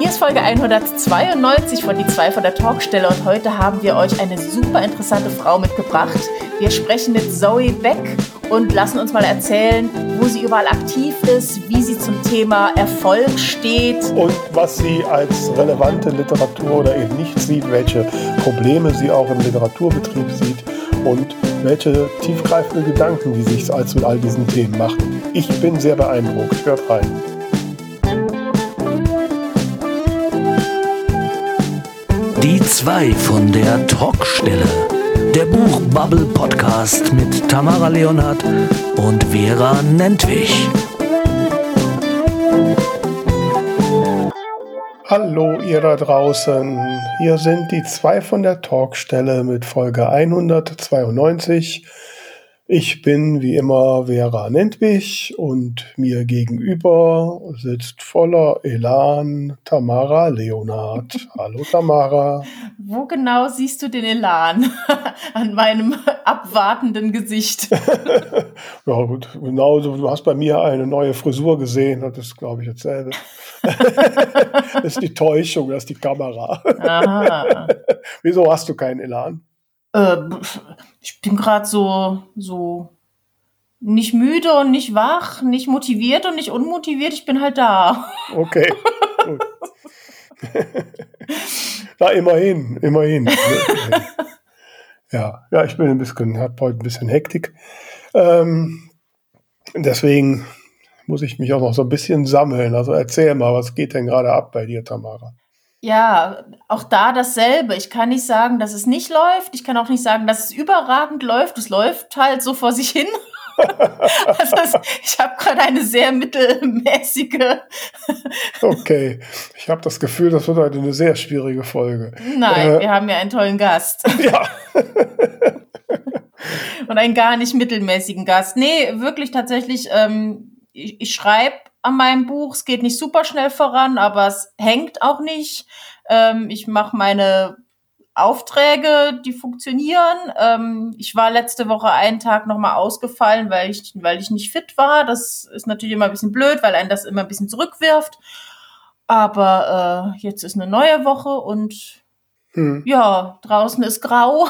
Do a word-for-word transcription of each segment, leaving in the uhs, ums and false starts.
Hier ist Folge hundertzweiundneunzig von Die zwei von der Talkstelle und heute haben wir euch eine super interessante Frau mitgebracht. Wir sprechen mit Zoe Beck und lassen uns mal erzählen, wo sie überall aktiv ist, wie sie zum Thema Erfolg steht. Und was sie als relevante Literatur oder eben nicht sieht, welche Probleme sie auch im Literaturbetrieb sieht und welche tiefgreifende Gedanken die sich als mit all diesen Themen macht. Ich bin sehr beeindruckt. Hört rein. Die zwei von der Talkstelle. Der Buchbubble-Podcast mit Tamara Leonhardt und Vera Nentwich. Hallo ihr da draußen. Hier sind die zwei von der Talkstelle mit Folge hundertzweiundneunzig. Ich bin wie immer Vera Nentwich und mir gegenüber sitzt voller Elan Tamara Leonhardt. Hallo Tamara. Wo genau siehst du den Elan? An meinem abwartenden Gesicht. Ja gut, genauso. Du hast bei mir eine neue Frisur gesehen. Das ist, glaube ich, dasselbe. Das ist die Täuschung, das ist die Kamera. Aha. Wieso hast du keinen Elan? Äh, ich bin gerade so, so nicht müde und nicht wach, nicht motiviert und nicht unmotiviert. Ich bin halt da. Okay, gut. Na, immerhin, immerhin. Ja, ja, ich bin ein bisschen, habe heute ein bisschen Hektik. Ähm, deswegen muss ich mich auch noch so ein bisschen sammeln. Also erzähl mal, was geht denn gerade ab bei dir, Tamara? Ja, auch da dasselbe. Ich kann nicht sagen, dass es nicht läuft. Ich kann auch nicht sagen, dass es überragend läuft. Es läuft halt so vor sich hin. Also ich habe gerade eine sehr mittelmäßige. Okay, ich habe das Gefühl, das wird heute eine sehr schwierige Folge. Nein, äh, wir haben ja einen tollen Gast. Ja. Und einen gar nicht mittelmäßigen Gast. Nee, wirklich tatsächlich, ähm, ich, ich schreibe an meinem Buch. Es geht nicht super schnell voran, aber es hängt auch nicht. Ähm, ich mache meine Aufträge, die funktionieren. Ähm, ich war letzte Woche einen Tag nochmal ausgefallen, weil ich, weil ich nicht fit war. Das ist natürlich immer ein bisschen blöd, weil einen das immer ein bisschen zurückwirft. Aber äh, jetzt ist eine neue Woche und hm. ja, draußen ist grau.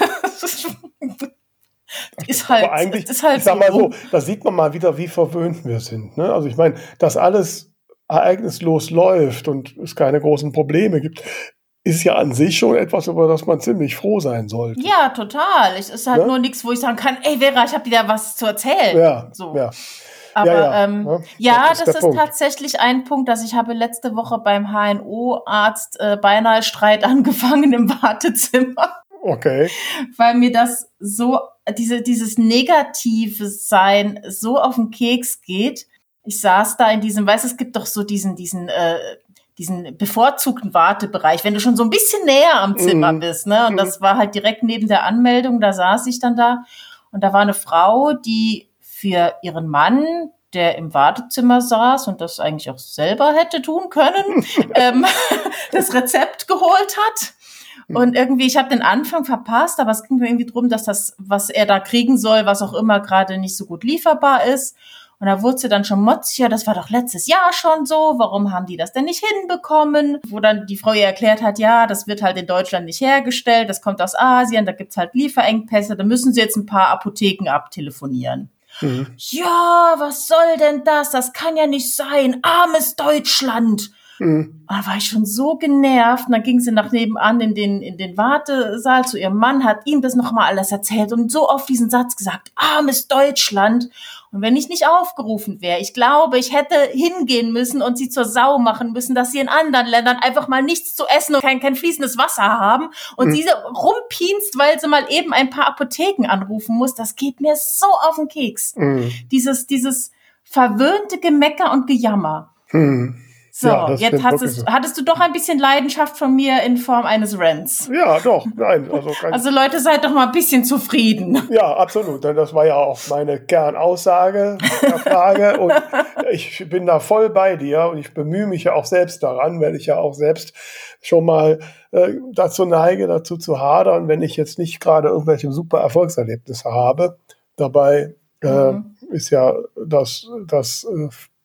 Ist halt, aber eigentlich, ist halt ich sag so. mal so, da sieht man mal wieder, wie verwöhnt wir sind. Ne? Also ich meine, dass alles ereignislos läuft und es keine großen Probleme gibt, ist ja an sich schon etwas, über das man ziemlich froh sein sollte. Ja, total. Es ist halt ne? nur nichts, wo ich sagen kann, ey Vera, ich habe dir da was zu erzählen. Ja, so. ja. Aber ja, ja, ähm, ja, ja, das ist, das ist Punkt. tatsächlich ein Punkt, dass ich habe letzte Woche beim H N O-Arzt äh, beinahe Streit angefangen im Wartezimmer. Okay. Weil mir das so, diese, dieses negative Sein so auf den Keks geht. Ich saß da in diesem, weißt du, es gibt doch so diesen, diesen, äh, diesen bevorzugten Wartebereich, wenn du schon so ein bisschen näher am Zimmer mm. bist, ne? Und mm. das war halt direkt neben der Anmeldung, da saß ich dann da. Und da war eine Frau, die für ihren Mann, der im Wartezimmer saß und das eigentlich auch selber hätte tun können, ähm, das Rezept geholt hat. Und irgendwie, ich habe den Anfang verpasst, aber es ging mir irgendwie drum, dass das, was er da kriegen soll, was auch immer gerade nicht so gut lieferbar ist. Und da wurde sie dann schon motzig, ja, das war doch letztes Jahr schon so, warum haben die das denn nicht hinbekommen? Wo dann die Frau ihr erklärt hat, ja, das wird halt in Deutschland nicht hergestellt, das kommt aus Asien, da gibt's halt Lieferengpässe, da müssen sie jetzt ein paar Apotheken abtelefonieren. Mhm. Ja, was soll denn das? Das kann ja nicht sein, armes Deutschland. Mhm. Da war ich schon so genervt. Und dann ging sie nach nebenan in den, in den Wartesaal zu ihrem Mann, hat ihm das nochmal alles erzählt und so oft diesen Satz gesagt, armes Deutschland. Und wenn ich nicht aufgerufen wäre, ich glaube, ich hätte hingehen müssen und sie zur Sau machen müssen, dass sie in anderen Ländern einfach mal nichts zu essen und kein, kein fließendes Wasser haben und mhm. sie rumpienst, weil sie mal eben ein paar Apotheken anrufen muss. Das geht mir so auf den Keks. Mhm. Dieses, dieses verwöhnte Gemecker und Gejammer. Mhm. So, ja, jetzt hattest, so. hattest du doch ein bisschen Leidenschaft von mir in Form eines Rants. Ja, doch, nein. Also, also Leute, seid doch mal ein bisschen zufrieden. Ja, absolut, denn das war ja auch meine Kernaussage der Frage und ich bin da voll bei dir und ich bemühe mich ja auch selbst daran, weil ich ja auch selbst schon mal äh, dazu neige, dazu zu hadern, wenn ich jetzt nicht gerade irgendwelche super Erfolgserlebnisse habe. Dabei äh, mhm. ist ja das, das äh,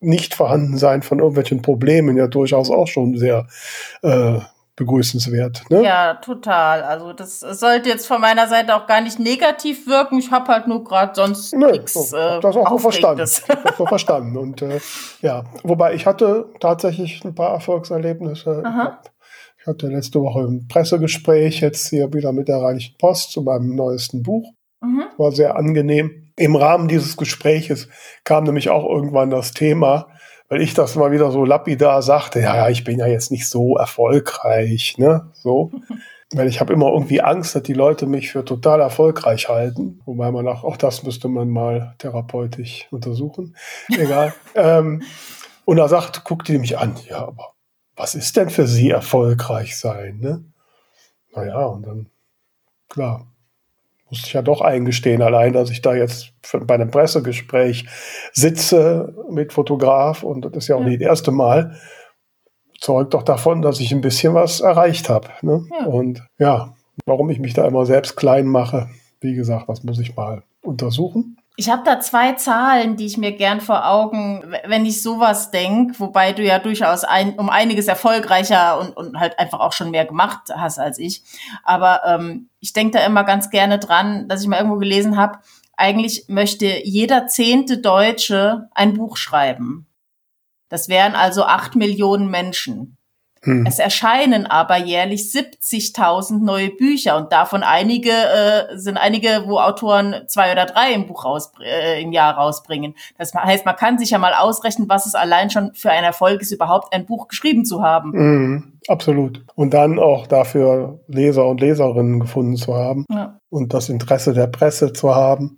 Nicht-Vorhandensein von irgendwelchen Problemen ja durchaus auch schon sehr äh, begrüßenswert. Ne? Ja, total. Also das sollte jetzt von meiner Seite auch gar nicht negativ wirken. Ich habe halt nur gerade sonst Nö, nichts so, äh, hab das auch so verstanden. Aufregendes. Ich hab das so verstanden. Und äh, ja, wobei ich hatte tatsächlich ein paar Erfolgserlebnisse. Ich, hab, ich hatte letzte Woche ein Pressegespräch jetzt hier wieder mit der Rheinischen Post zu meinem neuesten Buch. Mhm. War sehr angenehm. Im Rahmen dieses Gespräches kam nämlich auch irgendwann das Thema, weil ich das mal wieder so lapidar sagte, ja, ja, ich bin ja jetzt nicht so erfolgreich, ne, so. Weil ich habe immer irgendwie Angst, dass die Leute mich für total erfolgreich halten. Wobei man auch, auch das müsste man mal therapeutisch untersuchen. Egal. ähm, und da sagt, guckt die mich an, ja, aber was ist denn für Sie erfolgreich sein, ne? Naja, und dann, klar, musste ich ja doch eingestehen, allein, dass ich da jetzt für, bei einem Pressegespräch sitze mit Fotograf, und das ist ja auch Ja. nicht das erste Mal, zeugt doch davon, dass ich ein bisschen was erreicht habe. Ne? Ja. Und ja, warum ich mich da immer selbst klein mache, wie gesagt, das muss ich mal untersuchen. Ich habe da zwei Zahlen, die ich mir gern vor Augen, wenn ich sowas denke, wobei du ja durchaus ein, um einiges erfolgreicher und, und halt einfach auch schon mehr gemacht hast als ich. Aber ähm, ich denke da immer ganz gerne dran, dass ich mal irgendwo gelesen habe, eigentlich möchte jeder zehnte Deutsche ein Buch schreiben. Das wären also acht Millionen Menschen. Hm. Es erscheinen aber jährlich siebzigtausend neue Bücher und davon einige äh, sind einige, wo Autoren zwei oder drei im Buch raus, äh, im Jahr rausbringen. Das heißt, man kann sich ja mal ausrechnen, was es allein schon für einen Erfolg ist, überhaupt ein Buch geschrieben zu haben. Hm, absolut. Und dann auch dafür Leser und Leserinnen gefunden zu haben, ja, und das Interesse der Presse zu haben.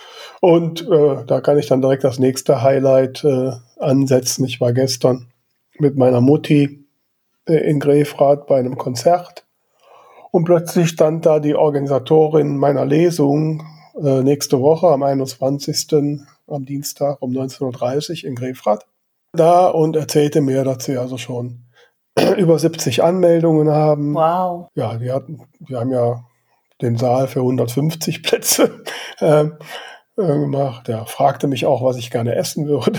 Und äh, da kann ich dann direkt das nächste Highlight äh, ansetzen. Ich war gestern mit meiner Mutti in Grefrath bei einem Konzert und plötzlich stand da die Organisatorin meiner Lesung äh, nächste Woche am einundzwanzigsten am Dienstag um neunzehn Uhr dreißig in Grefrath da und erzählte mir, dass sie also schon über siebzig Anmeldungen haben. Wow. Ja, die hatten, die haben ja den Saal für hundertfünfzig Plätze äh, gemacht. Der fragte mich auch, was ich gerne essen würde.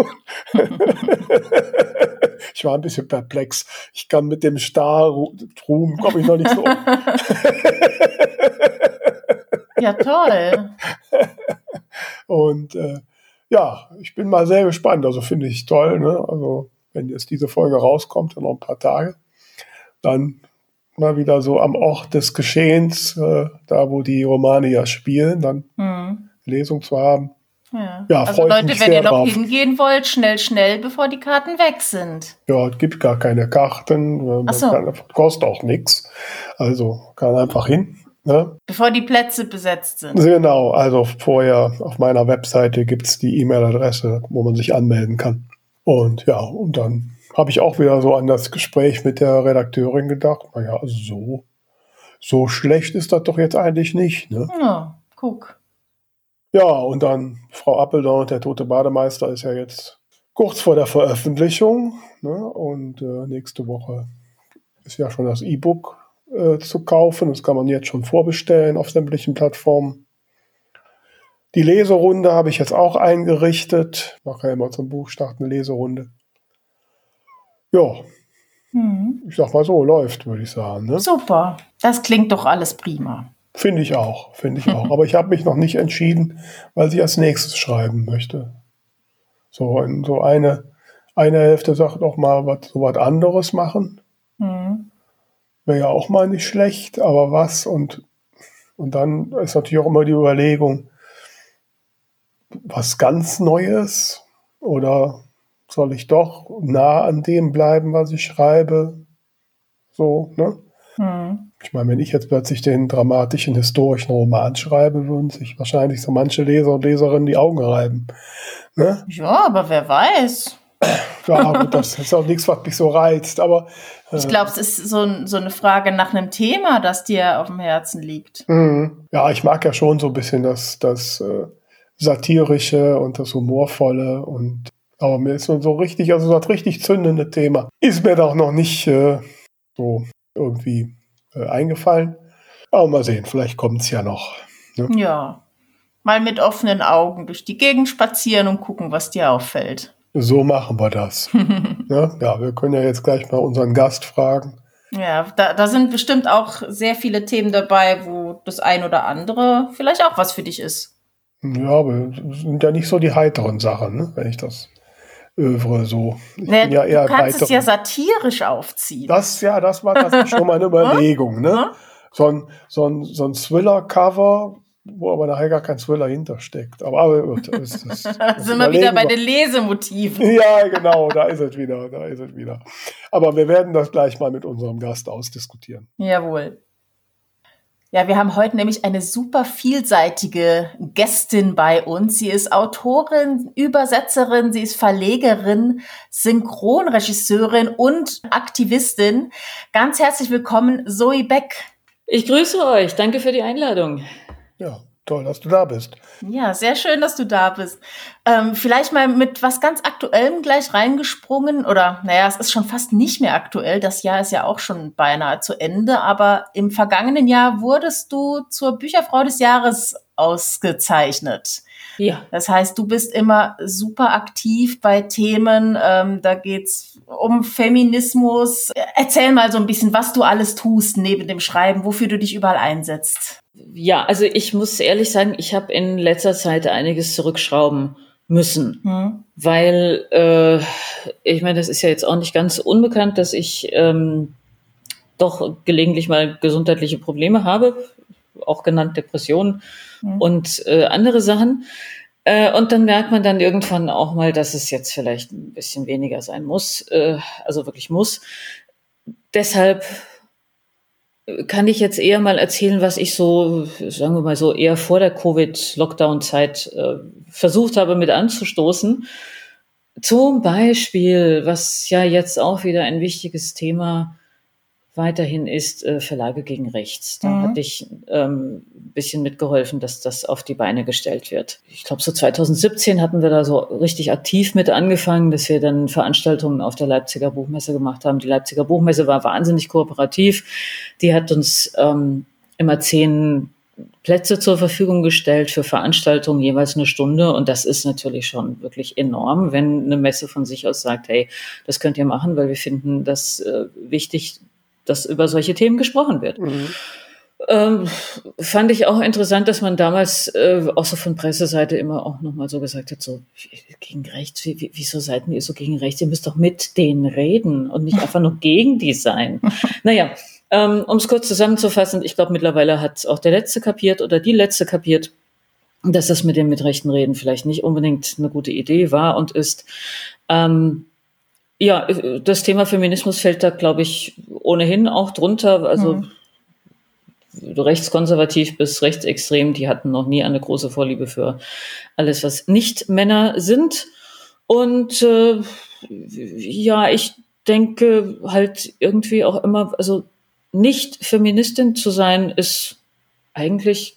Ich war ein bisschen perplex. Ich kann mit dem Star-Ruhm, komme ich noch nicht so. Ja, toll. Und äh, ja, ich bin mal sehr gespannt. Also finde ich toll. Ne? Also wenn jetzt diese Folge rauskommt, in noch ein paar Tage, dann mal wieder so am Ort des Geschehens, äh, da wo die Romane ja spielen, dann hm. Lesung zu haben. Ja, ja, also Leute, wenn ihr noch drauf. hingehen wollt, schnell, schnell, bevor die Karten weg sind. Ja, es gibt gar keine Karten, man so. kann, kostet auch nichts, also kann einfach hin. Ne? Bevor die Plätze besetzt sind. Genau, also vorher auf meiner Webseite gibt es die E-Mail-Adresse, wo man sich anmelden kann. Und ja, und dann habe ich auch wieder so an das Gespräch mit der Redakteurin gedacht, naja, so, so schlecht ist das doch jetzt eigentlich nicht. Ne? Ja, guck. Ja, und dann Frau Appeldorn, der tote Bademeister, ist ja jetzt kurz vor der Veröffentlichung. Ne? Und äh, nächste Woche ist ja schon das E-Book äh, zu kaufen. Das kann man jetzt schon vorbestellen auf sämtlichen Plattformen. Die Leserunde habe ich jetzt auch eingerichtet. Ich mache ja immer zum Buchstart eine Leserunde. Ja, hm. ich sag mal so, läuft, würde ich sagen. Ne? Super, das klingt doch alles prima. Finde ich auch, finde ich auch. Aber ich habe mich noch nicht entschieden, was ich als nächstes schreiben möchte. So, in so eine, eine Hälfte sagt auch mal was, so was anderes machen. Mhm. Wäre ja auch mal nicht schlecht, aber was? Und, und dann ist natürlich auch immer die Überlegung, was ganz Neues? Oder soll ich doch nah an dem bleiben, was ich schreibe? So, ne? Mhm. Ich meine, wenn ich jetzt plötzlich den dramatischen, historischen Roman schreibe, würden sich wahrscheinlich so manche Leser und Leserinnen die Augen reiben. Ne? Ja, aber wer weiß. Ja, gut, das ist auch nichts, was mich so reizt. Aber äh, ich glaube, es ist so, so eine Frage nach einem Thema, das dir auf dem Herzen liegt. Mhm. Ja, ich mag ja schon so ein bisschen das, das äh, Satirische und das Humorvolle. Und aber mir ist so richtig, also das richtig zündende Thema ist mir doch noch nicht äh, so irgendwie äh, eingefallen. Aber mal sehen, vielleicht kommt es ja noch. Ne? Ja, mal mit offenen Augen durch die Gegend spazieren und gucken, was dir auffällt. So machen wir das. ja, ja, wir können ja jetzt gleich mal unseren Gast fragen. Ja, da, da sind bestimmt auch sehr viele Themen dabei, wo das ein oder andere vielleicht auch was für dich ist. Ja, aber es sind ja nicht so die heiteren Sachen, ne? Wenn ich das Övre so. Ich Nee, bin ja eher du kannst weiteren. es ja satirisch aufziehen. Das, ja, das war das ist schon mal eine Überlegung, ne? So ein, so ein, so ein Thriller-Cover, wo aber nachher gar kein Thriller hintersteckt. Aber, aber gut, das, das, Da das sind wir wieder bei überlegen den Lesemotiven. Ja, genau, da ist es wieder, da ist es wieder. Aber wir werden das gleich mal mit unserem Gast ausdiskutieren. Jawohl. Ja, wir haben heute nämlich eine super vielseitige Gästin bei uns. Sie ist Autorin, Übersetzerin, sie ist Verlegerin, Synchronregisseurin und Aktivistin. Ganz herzlich willkommen, Zoe Beck. Ich grüße euch. Danke für die Einladung. Ja, toll, dass du da bist. Ja, sehr schön, dass du da bist. Ähm, vielleicht mal mit was ganz Aktuellem gleich reingesprungen. Oder, naja, es ist schon fast nicht mehr aktuell. Das Jahr ist ja auch schon beinahe zu Ende. Aber im vergangenen Jahr wurdest du zur Bücherfrau des Jahres ausgezeichnet. Ja. Das heißt, du bist immer super aktiv bei Themen. Ähm, da geht's um Feminismus. Erzähl mal so ein bisschen, was du alles tust neben dem Schreiben, wofür du dich überall einsetzt. Ja, also ich muss ehrlich sagen, ich habe in letzter Zeit einiges zurückschrauben müssen, hm. weil äh, ich meine, das ist ja jetzt auch nicht ganz unbekannt, dass ich ähm, doch gelegentlich mal gesundheitliche Probleme habe, auch genannt Depressionen hm. und äh, andere Sachen. Äh, und dann merkt man dann irgendwann auch mal, dass es jetzt vielleicht ein bisschen weniger sein muss, äh, also wirklich muss. Deshalb kann ich jetzt eher mal erzählen, was ich so, sagen wir mal so, eher vor der Covid-Lockdown-Zeit äh, versucht habe mit anzustoßen. Zum Beispiel, was ja jetzt auch wieder ein wichtiges Thema weiterhin ist, äh, Verlage gegen Rechts. Da mhm. hatte ich ähm, ein bisschen mitgeholfen, dass das auf die Beine gestellt wird. Ich glaube, so zwanzig siebzehn hatten wir da so richtig aktiv mit angefangen, dass wir dann Veranstaltungen auf der Leipziger Buchmesse gemacht haben. Die Leipziger Buchmesse war wahnsinnig kooperativ. Die hat uns ähm, immer zehn Plätze zur Verfügung gestellt für Veranstaltungen, jeweils eine Stunde. Und das ist natürlich schon wirklich enorm, wenn eine Messe von sich aus sagt, hey, das könnt ihr machen, weil wir finden das äh, wichtig, dass über solche Themen gesprochen wird. Mhm. Ähm, fand ich auch interessant, dass man damals äh, auch so von Presseseite immer auch nochmal so gesagt hat, so gegen rechts, wie, wie, wieso seid ihr so gegen rechts? Ihr müsst doch mit denen reden und nicht einfach nur gegen die sein. Naja, ähm, um es kurz zusammenzufassen, ich glaube, mittlerweile hat auch der Letzte kapiert oder die Letzte kapiert, dass das mit dem mit rechten Reden vielleicht nicht unbedingt eine gute Idee war und ist. Ähm, Ja, das Thema Feminismus fällt da, glaube ich, ohnehin auch drunter. Also mhm. rechtskonservativ bis rechtsextrem, die hatten noch nie eine große Vorliebe für alles, was nicht Männer sind. Und äh, ja, ich denke halt irgendwie auch immer, also nicht Feministin zu sein, ist eigentlich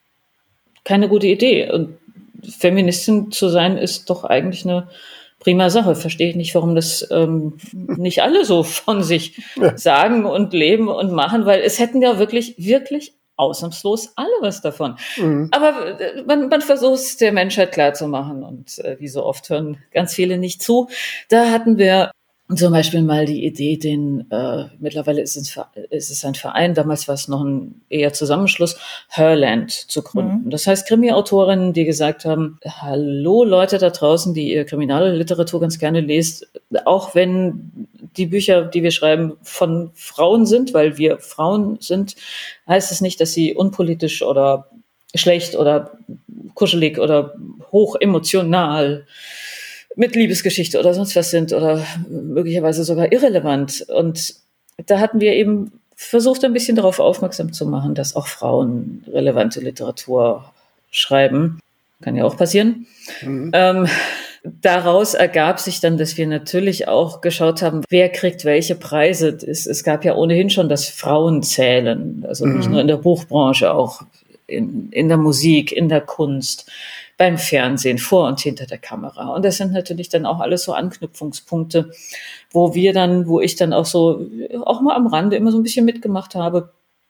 keine gute Idee. Und Feministin zu sein, ist doch eigentlich eine prima Sache. Verstehe ich nicht, warum das ähm, nicht alle so von sich ja. sagen und leben und machen, weil es hätten ja wirklich, wirklich ausnahmslos alle was davon. Mhm. Aber äh, man, man versucht es der Menschheit klarzumachen und äh, wie so oft hören ganz viele nicht zu. Da hatten wir zum Beispiel mal die Idee, den äh, mittlerweile ist es, ist es ein Verein, damals war es noch ein eher Zusammenschluss, Herland zu gründen. Mhm. Das heißt Krimi-Autorinnen, die gesagt haben, hallo Leute da draußen, die ihr Kriminalliteratur ganz gerne lest, auch wenn die Bücher, die wir schreiben, von Frauen sind, weil wir Frauen sind, heißt es nicht, dass sie unpolitisch oder schlecht oder kuschelig oder hoch emotional mit Liebesgeschichte oder sonst was sind oder möglicherweise sogar irrelevant. Und da hatten wir eben versucht, ein bisschen darauf aufmerksam zu machen, dass auch Frauen relevante Literatur schreiben. Kann ja auch passieren. Mhm. Ähm, daraus ergab sich dann, dass wir natürlich auch geschaut haben, wer kriegt welche Preise. Es, es gab ja ohnehin schon das Frauenzählen, also mhm. nicht nur in der Buchbranche, auch in, in der Musik, in der Kunst, beim Fernsehen, vor und hinter der Kamera. Und das sind natürlich dann auch alles so Anknüpfungspunkte, wo wir dann, wo ich dann auch so, auch mal am Rande immer so ein bisschen mitgemacht habe,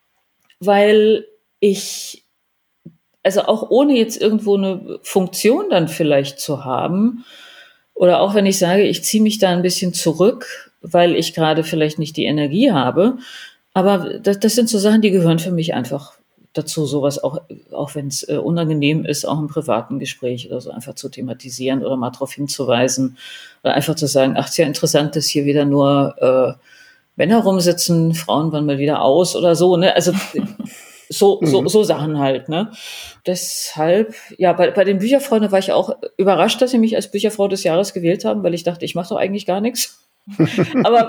weil ich, also auch ohne jetzt irgendwo eine Funktion dann vielleicht zu haben, Oder auch wenn ich sage, ich ziehe mich da ein bisschen zurück, weil ich gerade vielleicht nicht die Energie habe. Aber das, das sind so Sachen, die gehören für mich einfach dazu, sowas auch, auch wenn es äh, unangenehm ist, auch im privaten Gespräch oder so einfach zu thematisieren oder mal darauf hinzuweisen oder einfach zu sagen, ach, ist ja interessant, dass hier wieder nur äh, Männer rumsitzen, Frauen waren mal wieder aus oder so, ne? Also so, so, so Sachen halt, ne? Deshalb, ja, bei, bei den Bücherfreunden war ich auch überrascht, dass sie mich als Bücherfrau des Jahres gewählt haben, weil ich dachte, ich mache doch eigentlich gar nichts. Aber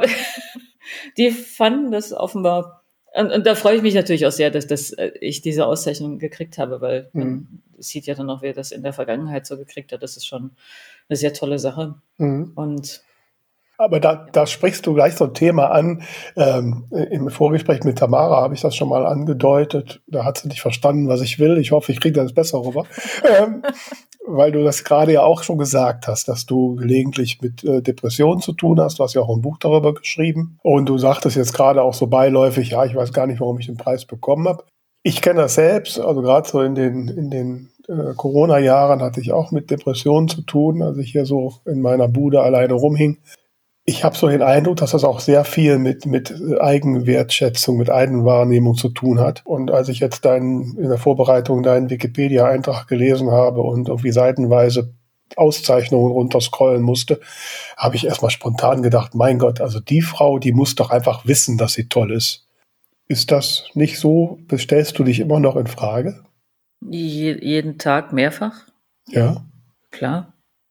die fanden das offenbar. Und, und da freue ich mich natürlich auch sehr, dass, dass ich diese Auszeichnung gekriegt habe, weil mhm. man sieht ja dann auch, wer das in der Vergangenheit so gekriegt hat. Das ist schon eine sehr tolle Sache. Mhm. Und aber da, da sprichst du gleich so ein Thema an. Ähm, im Vorgespräch mit Tamara habe ich das schon mal angedeutet. Da hat sie nicht verstanden, was ich will. Ich hoffe, ich kriege das besser rüber. ähm, weil du das gerade ja auch schon gesagt hast, dass du gelegentlich mit äh, Depressionen zu tun hast. Du hast ja auch ein Buch darüber geschrieben. Und du sagtest jetzt gerade auch so beiläufig, ja, ich weiß gar nicht, warum ich den Preis bekommen habe. Ich kenne das selbst. Also gerade so in den, in den äh, Corona-Jahren hatte ich auch mit Depressionen zu tun, als ich hier so in meiner Bude alleine rumhing. Ich habe so den Eindruck, dass das auch sehr viel mit, mit Eigenwertschätzung, mit Eigenwahrnehmung zu tun hat. Und als ich jetzt dein, in der Vorbereitung deinen Wikipedia-Eintrag gelesen habe und irgendwie seitenweise Auszeichnungen runterscrollen musste, habe ich erstmal spontan gedacht, mein Gott, also die Frau, die muss doch einfach wissen, dass sie toll ist. Ist das nicht so? Stellst du dich immer noch in Frage? Je, jeden Tag mehrfach? Ja. Klar.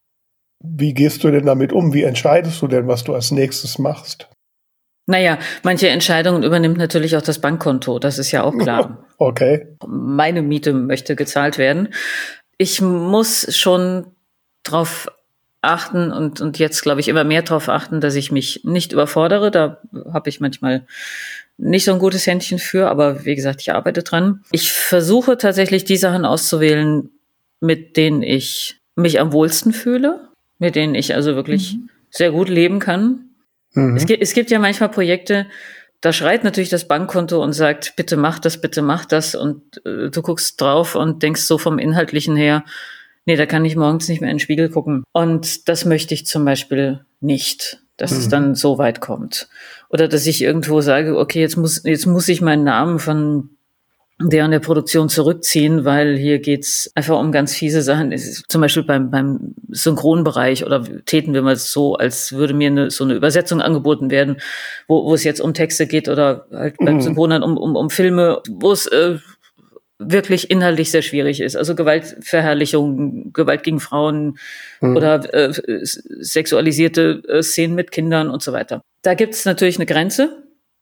Wie gehst du denn damit um? Wie entscheidest du denn, was du als nächstes machst? Naja, manche Entscheidungen übernimmt natürlich auch das Bankkonto, das ist ja auch klar. Okay. Meine Miete möchte gezahlt werden. Ich muss schon drauf achten und, und jetzt, glaube ich, immer mehr drauf achten, dass ich mich nicht überfordere. Da habe ich manchmal nicht so ein gutes Händchen für, aber wie gesagt, ich arbeite dran. Ich versuche tatsächlich die Sachen auszuwählen, mit denen ich mich am wohlsten fühle, mit denen ich also wirklich mhm. sehr gut leben kann. Mhm. Es gibt, es gibt ja manchmal Projekte, da schreit natürlich das Bankkonto und sagt, bitte mach das, bitte mach das. Und äh, du guckst drauf und denkst so vom Inhaltlichen her, nee, da kann ich morgens nicht mehr in den Spiegel gucken. Und das möchte ich zum Beispiel nicht, dass mhm. es dann so weit kommt. Oder dass ich irgendwo sage, okay, jetzt muss, jetzt muss ich meinen Namen von der an der Produktion zurückziehen, weil hier geht's einfach um ganz fiese Sachen. Es ist zum Beispiel beim, beim Synchronbereich oder täten wir mal so, als würde mir eine, so eine Übersetzung angeboten werden, wo, wo es jetzt um Texte geht oder halt beim Synchron um, um, um Filme, wo es äh, wirklich inhaltlich sehr schwierig ist. Also Gewaltverherrlichung, Gewalt gegen Frauen mhm. oder äh, sexualisierte äh, Szenen mit Kindern und so weiter. Da gibt's natürlich eine Grenze,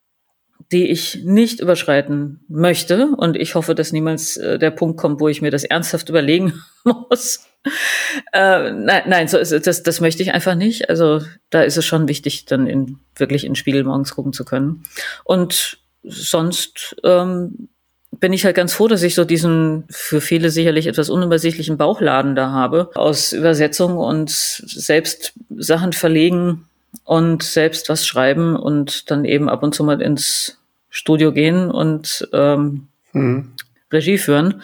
die ich nicht überschreiten möchte. Und ich hoffe, dass niemals äh, der Punkt kommt, wo ich mir das ernsthaft überlegen muss. Äh, nein, nein, so ist es, das, das möchte ich einfach nicht. Also da ist es schon wichtig, dann in, wirklich in den Spiegel morgens gucken zu können. Und sonst ähm, bin ich halt ganz froh, dass ich so diesen für viele sicherlich etwas unübersichtlichen Bauchladen da habe aus Übersetzung und selbst Sachen verlegen und selbst was schreiben und dann eben ab und zu mal ins Studio gehen und ähm, mhm. Regie führen.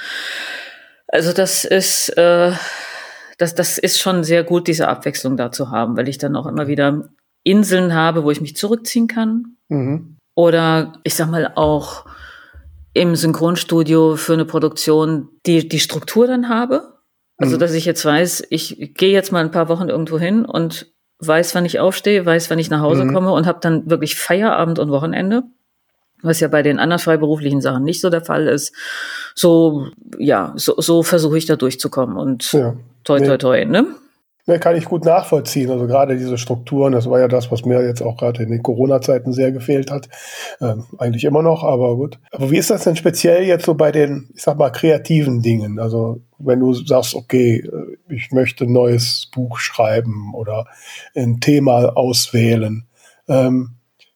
Also das ist äh, das das ist schon sehr gut, diese Abwechslung da zu haben, weil ich dann auch immer wieder Inseln habe, wo ich mich zurückziehen kann. Mhm. Oder ich sag mal auch im Synchronstudio für eine Produktion die die Struktur dann habe. Also mhm. dass ich jetzt weiß, ich gehe jetzt mal ein paar Wochen irgendwo hin und weiß, wann ich aufstehe, weiß, wann ich nach Hause mhm. komme und habe dann wirklich Feierabend und Wochenende, was ja bei den anderen freiberuflichen Sachen nicht so der Fall ist. So, ja, so, so versuche ich da durchzukommen und ja. toi, toi, toi, ne? Ne, kann ich gut nachvollziehen. Also gerade diese Strukturen, das war ja das, was mir jetzt auch gerade in den Corona-Zeiten sehr gefehlt hat. Ähm, eigentlich immer noch, aber gut. Aber wie ist das denn speziell jetzt so bei den, ich sag mal, kreativen Dingen? Also wenn du sagst, okay, ich möchte ein neues Buch schreiben oder ein Thema auswählen, ähm,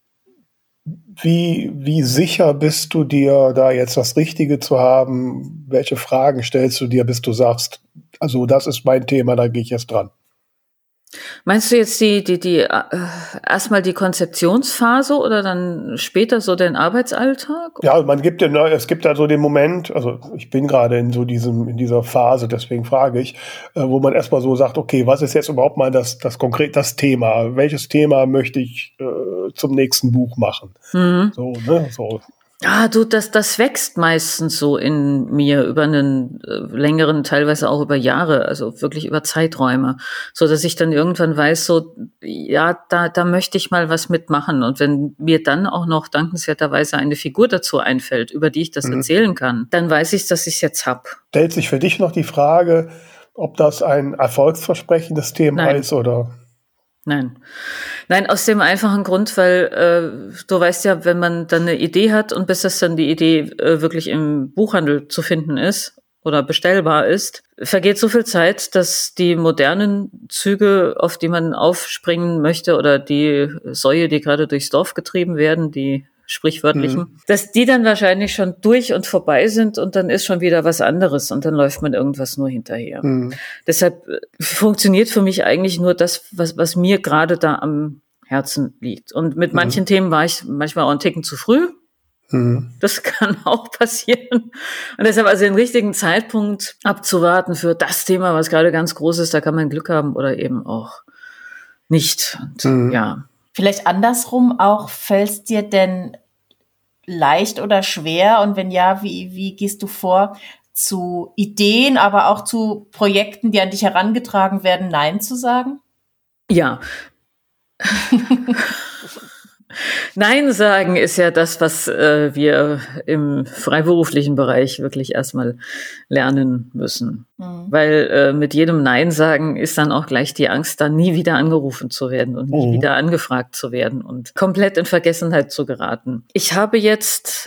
wie, wie sicher bist du dir, da jetzt das Richtige zu haben? Welche Fragen stellst du dir, bis du sagst, also das ist mein Thema, da gehe ich jetzt dran? Meinst du jetzt die, die, die, äh, erstmal die Konzeptionsphase oder dann später so den Arbeitsalltag? Ja, man gibt ja, ne, es gibt da so den Moment, also ich bin gerade in so diesem, in dieser Phase, deswegen frage ich, äh, wo man erstmal so sagt, okay, was ist jetzt überhaupt mal das, das konkret, das Thema? Welches Thema möchte ich äh, zum nächsten Buch machen? Mhm. So, ne, so. Ah, du, das, das wächst meistens so in mir über einen äh, längeren, teilweise auch über Jahre, also wirklich über Zeiträume, so dass ich dann irgendwann weiß, so, ja, da, da möchte ich mal was mitmachen. Und wenn mir dann auch noch dankenswerterweise eine Figur dazu einfällt, über die ich das mhm. erzählen kann, dann weiß ich, dass ich es jetzt hab. Stellt sich für dich noch die Frage, ob das ein erfolgsversprechendes Thema Nein. ist oder? Nein. Nein, aus dem einfachen Grund, weil äh, du weißt ja, wenn man dann eine Idee hat und bis das dann die Idee äh, wirklich im Buchhandel zu finden ist oder bestellbar ist, vergeht so viel Zeit, dass die modernen Züge, auf die man aufspringen möchte oder die Säue, die gerade durchs Dorf getrieben werden, die sprichwörtlichen, mhm. dass die dann wahrscheinlich schon durch und vorbei sind und dann ist schon wieder was anderes und dann läuft man irgendwas nur hinterher. Mhm. Deshalb funktioniert für mich eigentlich nur das, was, was mir gerade da am Herzen liegt. Und mit manchen mhm. Themen war ich manchmal auch einen Ticken zu früh. Mhm. Das kann auch passieren. Und deshalb also den richtigen Zeitpunkt abzuwarten für das Thema, was gerade ganz groß ist, da kann man Glück haben oder eben auch nicht. Und, mhm. ja. Vielleicht andersrum auch, fällt es dir denn leicht oder schwer? Und wenn ja, wie, wie gehst du vor, zu Ideen, aber auch zu Projekten, die an dich herangetragen werden, Nein zu sagen? Ja. Nein sagen ist ja das, was äh, wir im freiberuflichen Bereich wirklich erstmal lernen müssen. Mhm. Weil äh, mit jedem Nein sagen ist dann auch gleich die Angst, dann nie wieder angerufen zu werden und nie mhm. wieder angefragt zu werden und komplett in Vergessenheit zu geraten. Ich habe jetzt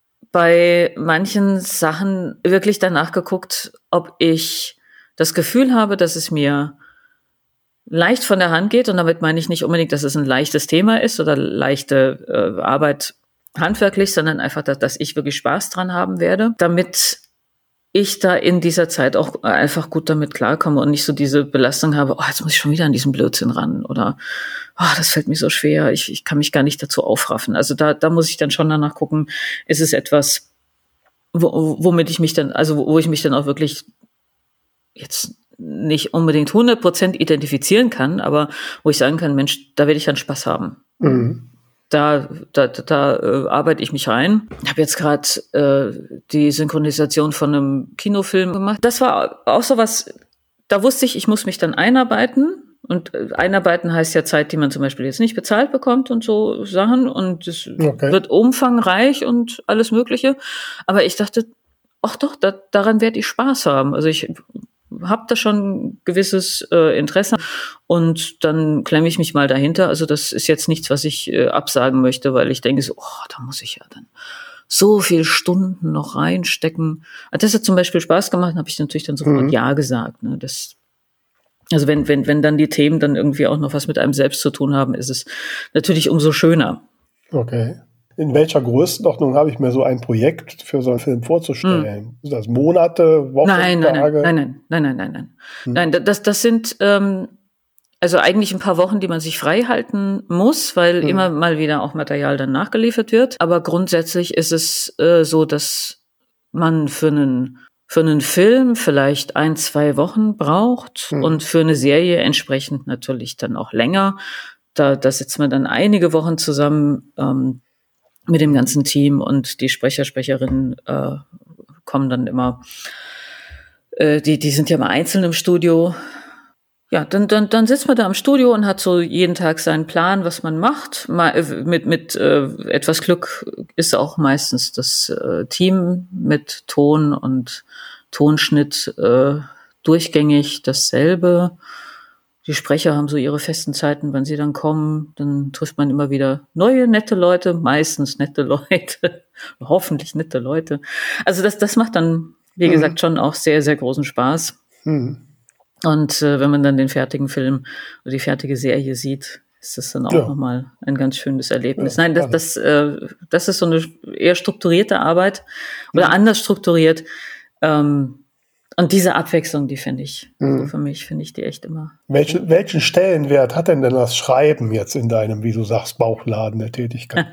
bei manchen Sachen wirklich danach geguckt, ob ich das Gefühl habe, dass es mir leicht von der Hand geht, und damit meine ich nicht unbedingt, dass es ein leichtes Thema ist oder leichte äh, Arbeit handwerklich, sondern einfach, dass, dass ich wirklich Spaß dran haben werde, damit ich da in dieser Zeit auch einfach gut damit klarkomme und nicht so diese Belastung habe, oh, jetzt muss ich schon wieder an diesen Blödsinn ran oder oh, das fällt mir so schwer, ich, ich kann mich gar nicht dazu aufraffen. Also da, da muss ich dann schon danach gucken, ist es etwas, wo, womit ich mich dann, also wo ich mich dann auch wirklich jetzt nicht unbedingt hundert Prozent identifizieren kann, aber wo ich sagen kann, Mensch, da werde ich dann Spaß haben. Mhm. Da, da, da, da äh, arbeite ich mich rein. Ich habe jetzt gerade äh, die Synchronisation von einem Kinofilm gemacht. Das war auch so was, da wusste ich, ich muss mich dann einarbeiten. Und äh, einarbeiten heißt ja Zeit, die man zum Beispiel jetzt nicht bezahlt bekommt und so Sachen. Und es okay. wird umfangreich und alles Mögliche. Aber ich dachte, ach doch, da, daran werde ich Spaß haben. Also ich habe da schon ein gewisses äh, Interesse und dann klemme ich mich mal dahinter. Also das ist jetzt nichts, was ich äh, absagen möchte, weil ich denke so, oh, da muss ich ja dann so viele Stunden noch reinstecken. Also das hat zum Beispiel Spaß gemacht, habe ich natürlich dann sofort mhm. Ja gesagt. Ne? Das, also wenn, wenn, wenn dann die Themen dann irgendwie auch noch was mit einem selbst zu tun haben, ist es natürlich umso schöner. Okay. In welcher Größenordnung habe ich mir so ein Projekt für so einen Film vorzustellen? Hm. Sind das Monate, Wochen, nein, nein, Tage? Nein, nein, nein, nein, nein, nein. Hm. Nein, das, das sind ähm, also eigentlich ein paar Wochen, die man sich frei halten muss, weil hm. immer mal wieder auch Material dann nachgeliefert wird. Aber grundsätzlich ist es äh, so, dass man für einen für einen Film vielleicht ein, zwei Wochen braucht hm. und für eine Serie entsprechend natürlich dann auch länger. Da, da sitzt man dann einige Wochen zusammen ähm, mit dem ganzen Team und die Sprecher, Sprecherinnen äh, kommen dann immer, äh, die die sind ja mal einzeln im Studio. Ja, dann dann dann sitzt man da im Studio und hat so jeden Tag seinen Plan, was man macht. Mal, mit mit äh, etwas Glück ist auch meistens das äh, Team mit Ton und Tonschnitt äh, durchgängig dasselbe. Die Sprecher haben so ihre festen Zeiten, wann sie dann kommen. Dann trifft man immer wieder neue, nette Leute, meistens nette Leute, hoffentlich nette Leute. Also das, das macht dann, wie mhm. gesagt, schon auch sehr, sehr großen Spaß. Mhm. Und äh, wenn man dann den fertigen Film oder die fertige Serie sieht, ist das dann auch ja. nochmal ein ganz schönes Erlebnis. Ja, Nein, das, das, äh, das ist so eine eher strukturierte Arbeit oder mhm. anders strukturiert. Ähm, Und diese Abwechslung, die finde ich, mhm. also für mich finde ich die echt immer. Welche, welchen Stellenwert hat denn denn das Schreiben jetzt in deinem, wie du sagst, Bauchladen der Tätigkeit?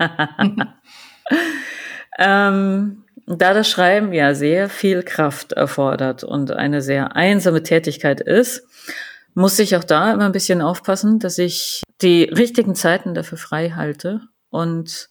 ähm, da das Schreiben ja sehr viel Kraft erfordert und eine sehr einsame Tätigkeit ist, muss ich auch da immer ein bisschen aufpassen, dass ich die richtigen Zeiten dafür frei halte. Und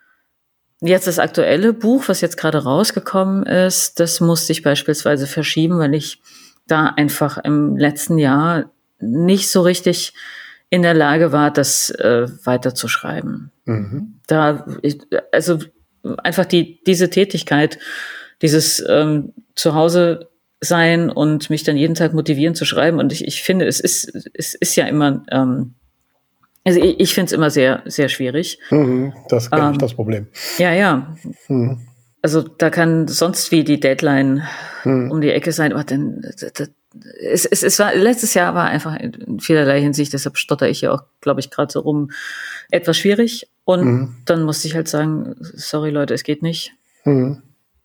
jetzt das aktuelle Buch, was jetzt gerade rausgekommen ist, das musste ich beispielsweise verschieben, weil ich da einfach im letzten Jahr nicht so richtig in der Lage war, das äh, weiterzuschreiben. Mhm. Da, ich, also einfach die diese Tätigkeit, dieses ähm, Zuhause sein und mich dann jeden Tag motivieren zu schreiben. Und ich, ich finde, es ist es ist ja immer ähm, Also ich, ich finde es immer sehr, sehr schwierig. Mhm, das kenne ich, ähm, das Problem. Ja, ja. Mhm. Also da kann sonst wie die Deadline mhm. um die Ecke sein. Aber dann, das, das, es, es, es war, letztes Jahr war einfach in vielerlei Hinsicht, deshalb stotter ich ja auch, glaube ich, gerade so rum, etwas schwierig. Und mhm. dann musste ich halt sagen, sorry Leute, es geht nicht. Mhm.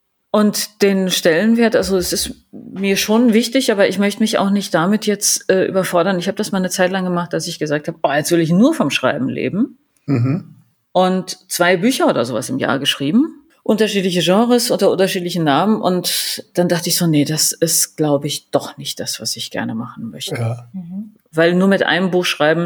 Und den Stellenwert, also es ist mir schon wichtig, aber ich möchte mich auch nicht damit jetzt äh, überfordern. Ich habe das mal eine Zeit lang gemacht, dass ich gesagt habe, oh, jetzt will ich nur vom Schreiben leben. Mhm. Und zwei Bücher oder sowas im Jahr geschrieben. Unterschiedliche Genres unter unterschiedlichen Namen. Und dann dachte ich so, nee, das ist, glaube ich, doch nicht das, was ich gerne machen möchte. Ja. Mhm. Weil nur mit einem Buch schreiben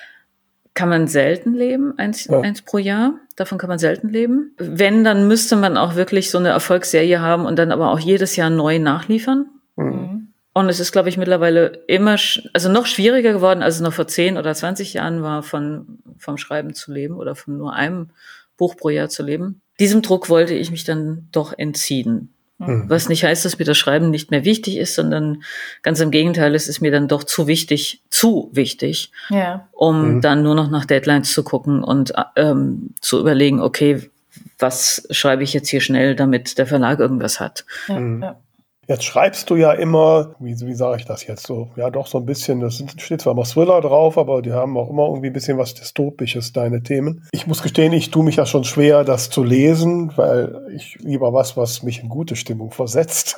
kann man selten leben, eins, ja. eins pro Jahr. Davon kann man selten leben. Wenn, dann müsste man auch wirklich so eine Erfolgsserie haben und dann aber auch jedes Jahr neu nachliefern. Mhm. Und es ist, glaube ich, mittlerweile immer, also noch schwieriger geworden, als es noch vor zehn oder zwanzig Jahren war, von, vom Schreiben zu leben oder von nur einem Buch pro Jahr zu leben. Diesem Druck wollte ich mich dann doch entziehen. Mhm. Was nicht heißt, dass mir das Schreiben nicht mehr wichtig ist, sondern ganz im Gegenteil, es ist mir dann doch zu wichtig, zu wichtig, ja. um mhm. dann nur noch nach Deadlines zu gucken und ähm, zu überlegen, okay, was schreibe ich jetzt hier schnell, damit der Verlag irgendwas hat. Ja, mhm. ja. Jetzt schreibst du ja immer, wie, wie sage ich das jetzt so, ja doch so ein bisschen, das steht zwar immer Thriller drauf, aber die haben auch immer irgendwie ein bisschen was Dystopisches, deine Themen. Ich muss gestehen, ich tue mich ja schon schwer, das zu lesen, weil ich lieber was, was mich in gute Stimmung versetzt.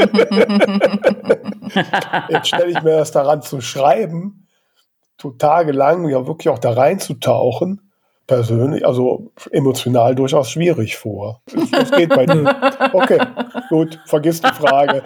Jetzt stelle ich mir das daran zu schreiben, so tagelang ja wirklich auch da reinzutauchen, persönlich, also emotional durchaus schwierig vor. Das geht bei dir. Okay, gut, vergiss die Frage.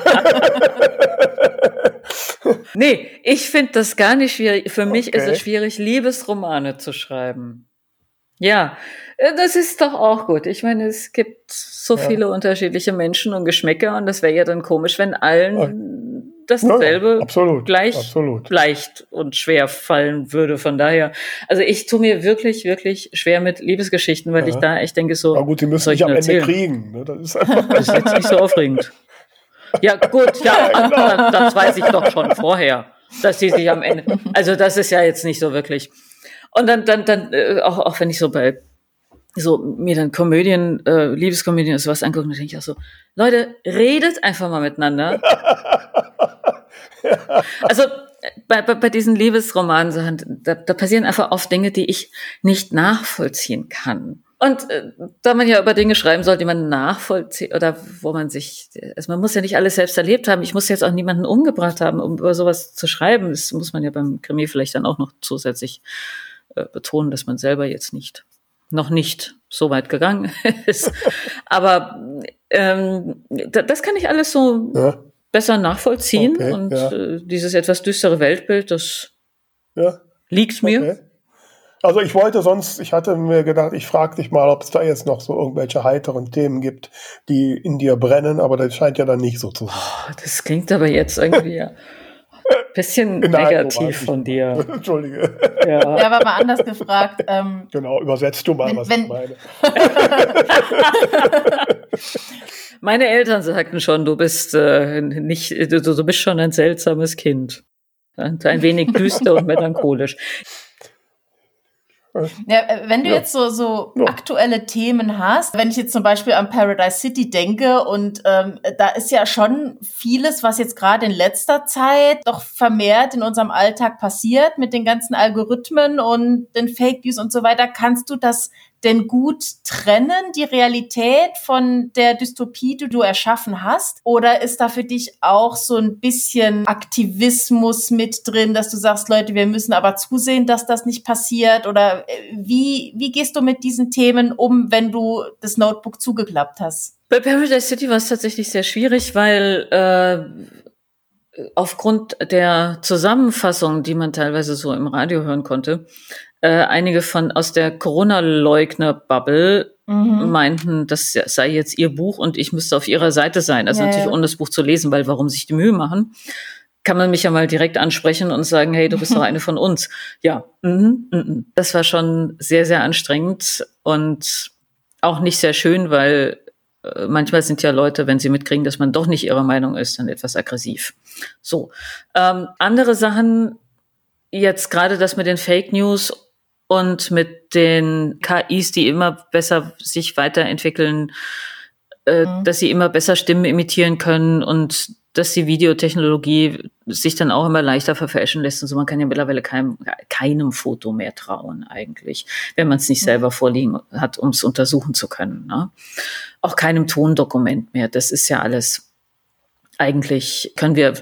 Nee, ich finde das gar nicht schwierig. Für mich okay. ist es schwierig, Liebesromane zu schreiben. Ja, das ist doch auch gut. Ich meine, es gibt so ja. viele unterschiedliche Menschen und Geschmäcker und das wäre ja dann komisch, wenn allen ja. dasselbe ja, absolut, gleich absolut. leicht und schwer fallen würde. Von daher, also ich tue mir wirklich, wirklich schwer mit Liebesgeschichten, weil ja. ich da echt denke so, na gut, die müssen sich am Ende kriegen. Ne? Das ist, das ist jetzt nicht so aufregend. Ja gut, ja, ja genau. das, das weiß ich doch schon vorher, dass die sich am Ende, also das ist ja jetzt nicht so wirklich. Und dann, dann, dann äh, auch, auch wenn ich so bei so mir dann Komödien, äh, Liebeskomödien und sowas angucke, dann denke ich auch so, Leute, redet einfach mal miteinander. ja. Also bei, bei, bei diesen Liebesromansachen, da, da passieren einfach oft Dinge, die ich nicht nachvollziehen kann. Und äh, da man ja über Dinge schreiben soll, die man nachvollziehen oder wo man sich, also man muss ja nicht alles selbst erlebt haben. Ich muss jetzt auch niemanden umgebracht haben, um über sowas zu schreiben. Das muss man ja beim Krimi vielleicht dann auch noch zusätzlich äh, betonen, dass man selber jetzt nicht noch nicht so weit gegangen ist. Aber ähm, das kann ich alles so ja. besser nachvollziehen. Okay, und ja. äh, dieses etwas düstere Weltbild, das ja. liegt mir. Okay. Also ich wollte sonst, ich hatte mir gedacht, ich frage dich mal, ob es da jetzt noch so irgendwelche heiteren Themen gibt, die in dir brennen, aber das scheint ja dann nicht so zu sein. Oh, das klingt aber jetzt irgendwie ja bisschen negativ von dir. Entschuldige. Ja. ja, aber mal anders gefragt. Ähm, genau, übersetzt du mal, wenn, was wenn, ich meine. Meine Eltern sagten schon, du bist äh, nicht, du, du bist schon ein seltsames Kind. Ein, ein wenig düster und melancholisch. Ja, wenn du ja. jetzt so, so ja. aktuelle Themen hast, wenn ich jetzt zum Beispiel an Paradise City denke und ähm, da ist ja schon vieles, was jetzt gerade in letzter Zeit doch vermehrt in unserem Alltag passiert mit den ganzen Algorithmen und den Fake News und so weiter. Kannst du das denn gut trennen, die Realität von der Dystopie, die du erschaffen hast? Oder ist da für dich auch so ein bisschen Aktivismus mit drin, dass du sagst, Leute, wir müssen aber zusehen, dass das nicht passiert? Oder wie, wie gehst du mit diesen Themen um, wenn du das Notebook zugeklappt hast? Bei Paradise City war es tatsächlich sehr schwierig, weil äh, aufgrund der Zusammenfassung, die man teilweise so im Radio hören konnte, äh, einige von aus der Corona-Leugner-Bubble mhm. meinten, das sei jetzt ihr Buch und ich müsste auf ihrer Seite sein. Also ja, natürlich ja. ohne das Buch zu lesen, weil warum sich die Mühe machen? Kann man mich ja mal direkt ansprechen und sagen, hey, du bist doch eine von uns. Ja, mhm, mhm. Das war schon sehr, sehr anstrengend und auch nicht sehr schön, weil äh, manchmal sind ja Leute, wenn sie mitkriegen, dass man doch nicht ihrer Meinung ist, dann etwas aggressiv. So, ähm, andere Sachen, jetzt gerade das mit den Fake News und mit den K Is, die immer besser sich weiterentwickeln, äh, mhm. dass sie immer besser Stimmen imitieren können und dass die Videotechnologie sich dann auch immer leichter verfälschen lässt. Und so, man kann ja mittlerweile keinem, keinem Foto mehr trauen eigentlich, wenn man es nicht selber vorliegen hat, um es untersuchen zu können. Ne? Auch keinem Tondokument mehr. Das ist ja alles, eigentlich können wir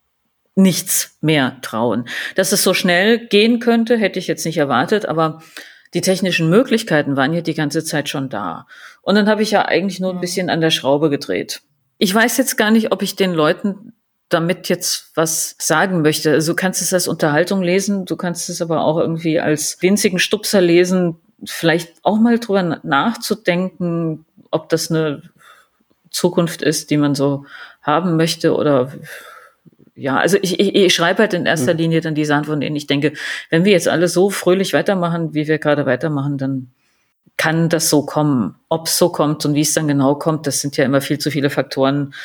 nichts mehr trauen. Dass es so schnell gehen könnte, hätte ich jetzt nicht erwartet, aber die technischen Möglichkeiten waren ja die ganze Zeit schon da. Und dann habe ich ja eigentlich nur ein bisschen an der Schraube gedreht. Ich weiß jetzt gar nicht, ob ich den Leuten damit jetzt was sagen möchte. Also du kannst es als Unterhaltung lesen, du kannst es aber auch irgendwie als winzigen Stupser lesen, vielleicht auch mal drüber nachzudenken, ob das eine Zukunft ist, die man so haben möchte oder ja, also ich, ich, ich schreibe halt in erster Linie dann die Sachen, von denen ich denke, wenn wir jetzt alle so fröhlich weitermachen, wie wir gerade weitermachen, dann kann das so kommen. Ob es so kommt und wie es dann genau kommt, das sind ja immer viel zu viele Faktoren,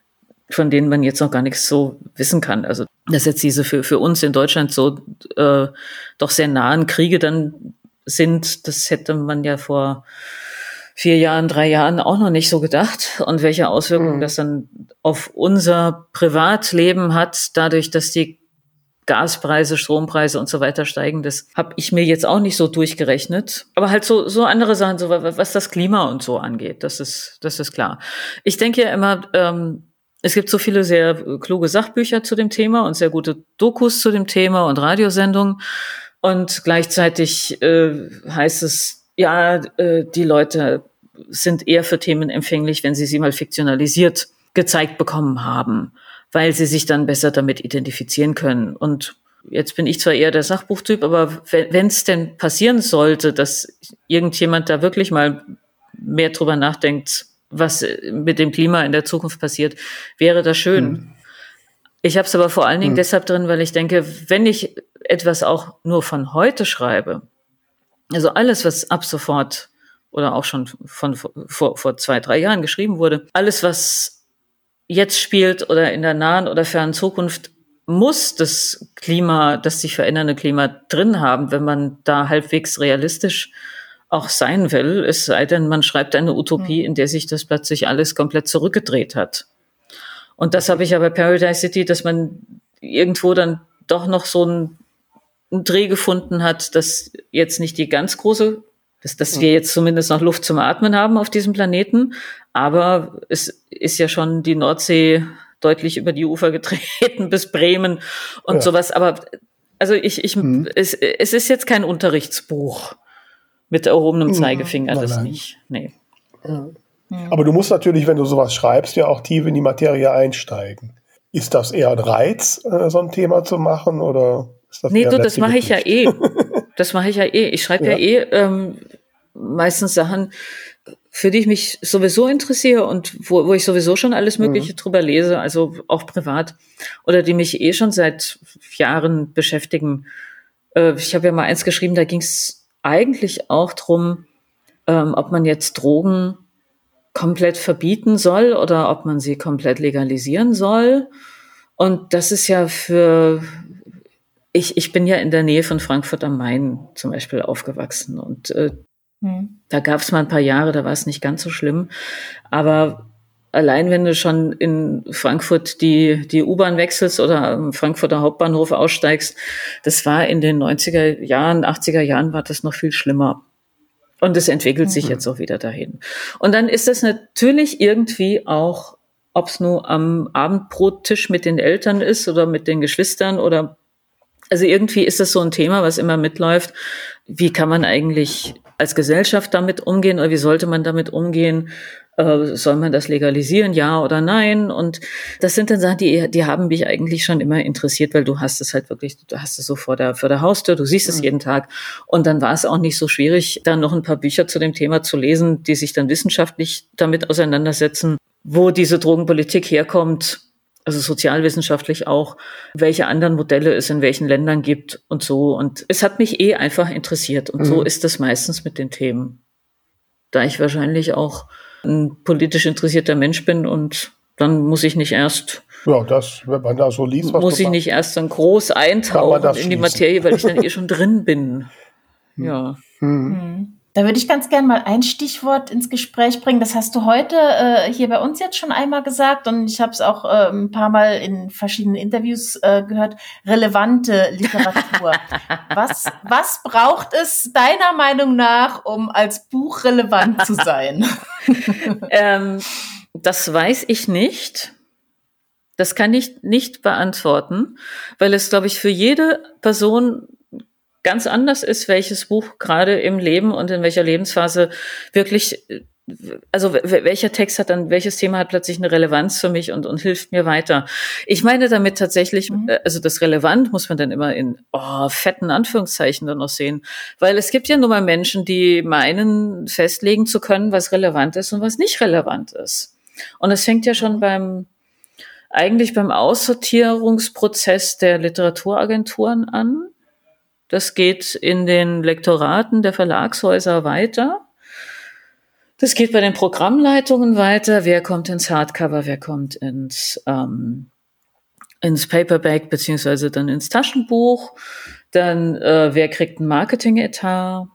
von denen man jetzt noch gar nichts so wissen kann. Also dass jetzt diese für für uns in Deutschland so äh, doch sehr nahen Kriege dann sind, das hätte man ja vor vier Jahren, drei Jahren auch noch nicht so gedacht. Und welche Auswirkungen mhm. das dann auf unser Privatleben hat, dadurch, dass die Gaspreise, Strompreise und so weiter steigen, das habe ich mir jetzt auch nicht so durchgerechnet. Aber halt so so andere Sachen, so was das Klima und so angeht, das ist das ist klar. Ich denke ja immer, ähm, es gibt so viele sehr kluge Sachbücher zu dem Thema und sehr gute Dokus zu dem Thema und Radiosendungen. Und gleichzeitig äh, heißt es, ja, äh, die Leute sind eher für Themen empfänglich, wenn sie sie mal fiktionalisiert gezeigt bekommen haben, weil sie sich dann besser damit identifizieren können. Und jetzt bin ich zwar eher der Sachbuchtyp, aber wenn es denn passieren sollte, dass irgendjemand da wirklich mal mehr drüber nachdenkt, was mit dem Klima in der Zukunft passiert, wäre das schön. Mhm. Ich habe es aber vor allen Dingen mhm. deshalb drin, weil ich denke, wenn ich etwas auch nur von heute schreibe, also alles, was ab sofort oder auch schon von vor, vor zwei, drei Jahren geschrieben wurde, alles, was jetzt spielt oder in der nahen oder fernen Zukunft, muss das Klima, das sich verändernde Klima drin haben, wenn man da halbwegs realistisch auch sein will, es sei denn, man schreibt eine Utopie, in der sich das plötzlich alles komplett zurückgedreht hat. Und das habe ich ja bei Paradise City, dass man irgendwo dann doch noch so einen, einen Dreh gefunden hat, dass jetzt nicht die ganz große, dass, dass wir jetzt zumindest noch Luft zum Atmen haben auf diesem Planeten, aber es ist ja schon die Nordsee deutlich über die Ufer getreten bis Bremen und ja. sowas. Aber also ich, ich, mhm. es, es ist jetzt kein Unterrichtsbuch mit erhobenem Zeigefinger, mhm. das nein. nicht. Nee. Ja. Aber du musst natürlich, wenn du sowas schreibst, ja auch tief in die Materie einsteigen. Ist das eher ein Reiz, so ein Thema zu machen, oder ist das nee, eher du, das mache ich ja eh. Das mache ich ja eh. Ich schreibe ja. ja eh ähm, meistens Sachen, für die ich mich sowieso interessiere und wo, wo ich sowieso schon alles Mögliche mhm. drüber lese, also auch privat, oder die mich eh schon seit Jahren beschäftigen. Äh, ich habe ja mal eins geschrieben, da ging es eigentlich auch drum, ähm, ob man jetzt Drogen komplett verbieten soll oder ob man sie komplett legalisieren soll. Und das ist ja für, ich, ich bin ja in der Nähe von Frankfurt am Main zum Beispiel aufgewachsen und äh, hm. da gab es mal ein paar Jahre, da war es nicht ganz so schlimm. Aber allein wenn du schon in Frankfurt die, die U-Bahn wechselst oder am Frankfurter Hauptbahnhof aussteigst, das war in den neunziger Jahren, achtziger Jahren war das noch viel schlimmer. Und es entwickelt Mhm. sich jetzt auch wieder dahin. Und dann ist das natürlich irgendwie auch, ob es nur am Abendbrottisch mit den Eltern ist oder mit den Geschwistern oder, also irgendwie ist das so ein Thema, was immer mitläuft. Wie kann man eigentlich als Gesellschaft damit umgehen oder wie sollte man damit umgehen? Äh, soll man das legalisieren, ja oder nein? Und das sind dann Sachen, die, die haben mich eigentlich schon immer interessiert, weil du hast es halt wirklich, du hast es so vor der, vor der Haustür, du siehst es jeden Tag. Und dann war es auch nicht so schwierig, dann noch ein paar Bücher zu dem Thema zu lesen, die sich dann wissenschaftlich damit auseinandersetzen, wo diese Drogenpolitik herkommt, also sozialwissenschaftlich auch, welche anderen Modelle es in welchen Ländern gibt und so. Und es hat mich eh einfach interessiert. Und mhm. so ist es meistens mit den Themen. Da ich wahrscheinlich auch ein politisch interessierter Mensch bin und dann muss ich nicht erst, ja, das, wenn man da so liest, was muss ich nicht erst dann groß eintauchen in die Materie, weil ich dann eh schon drin bin. Ja. Mhm. Da würde ich ganz gern mal ein Stichwort ins Gespräch bringen. Das hast du heute äh, hier bei uns jetzt schon einmal gesagt und ich habe es auch äh, ein paar Mal in verschiedenen Interviews äh, gehört. Relevante Literatur. was, was braucht es deiner Meinung nach, um als Buch relevant zu sein? ähm, das weiß ich nicht. Das kann ich nicht beantworten, weil es, glaube ich, für jede Person ganz anders ist, welches Buch gerade im Leben und in welcher Lebensphase wirklich, also welcher Text hat dann, welches Thema hat plötzlich eine Relevanz für mich und, und hilft mir weiter. Ich meine damit tatsächlich, mhm. also das relevant muss man dann immer in oh, fetten Anführungszeichen dann noch sehen, weil es gibt ja nun mal Menschen, die meinen, festlegen zu können, was relevant ist und was nicht relevant ist. Und es fängt ja schon beim, eigentlich beim Aussortierungsprozess der Literaturagenturen an. Das geht in den Lektoraten der Verlagshäuser weiter. Das geht bei den Programmleitungen weiter. Wer kommt ins Hardcover, wer kommt ins, ähm, ins Paperback beziehungsweise dann ins Taschenbuch. Dann, äh, wer kriegt einen Marketing-Etat?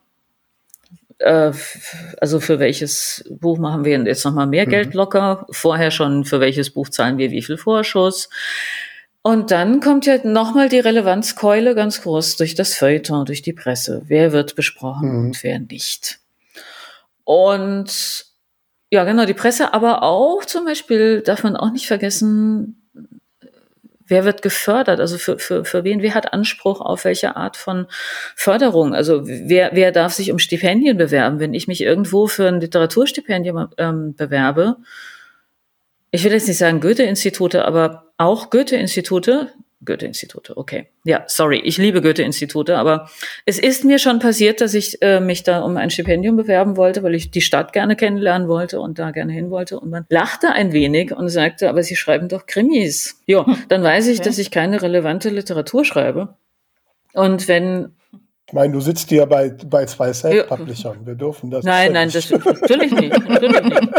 Äh, also für welches Buch machen wir jetzt nochmal mehr mhm. Geld locker? Vorher schon, für welches Buch zahlen wir wie viel Vorschuss? Und dann kommt ja nochmal die Relevanzkeule ganz groß durch das Feuilleton, durch die Presse. Wer wird besprochen mhm. und wer nicht. Und ja, genau, die Presse, aber auch zum Beispiel darf man auch nicht vergessen, wer wird gefördert, also für, für, für wen, wer hat Anspruch auf welche Art von Förderung, also wer, wer darf sich um Stipendien bewerben, wenn ich mich irgendwo für ein Literaturstipendium ähm, bewerbe. Ich will jetzt nicht sagen Goethe-Institute, aber auch Goethe-Institute, Goethe-Institute, okay. Ja, sorry, ich liebe Goethe-Institute, aber es ist mir schon passiert, dass ich äh, mich da um ein Stipendium bewerben wollte, weil ich die Stadt gerne kennenlernen wollte und da gerne hin wollte. Und man lachte ein wenig und sagte, aber Sie schreiben doch Krimis. Ja, dann weiß ich, okay, dass ich keine relevante Literatur schreibe. Und wenn... Ich meine, du sitzt ja bei, bei zwei Self-Publishern. Wir dürfen das Nein, nein, das natürlich nicht. Natürlich nicht.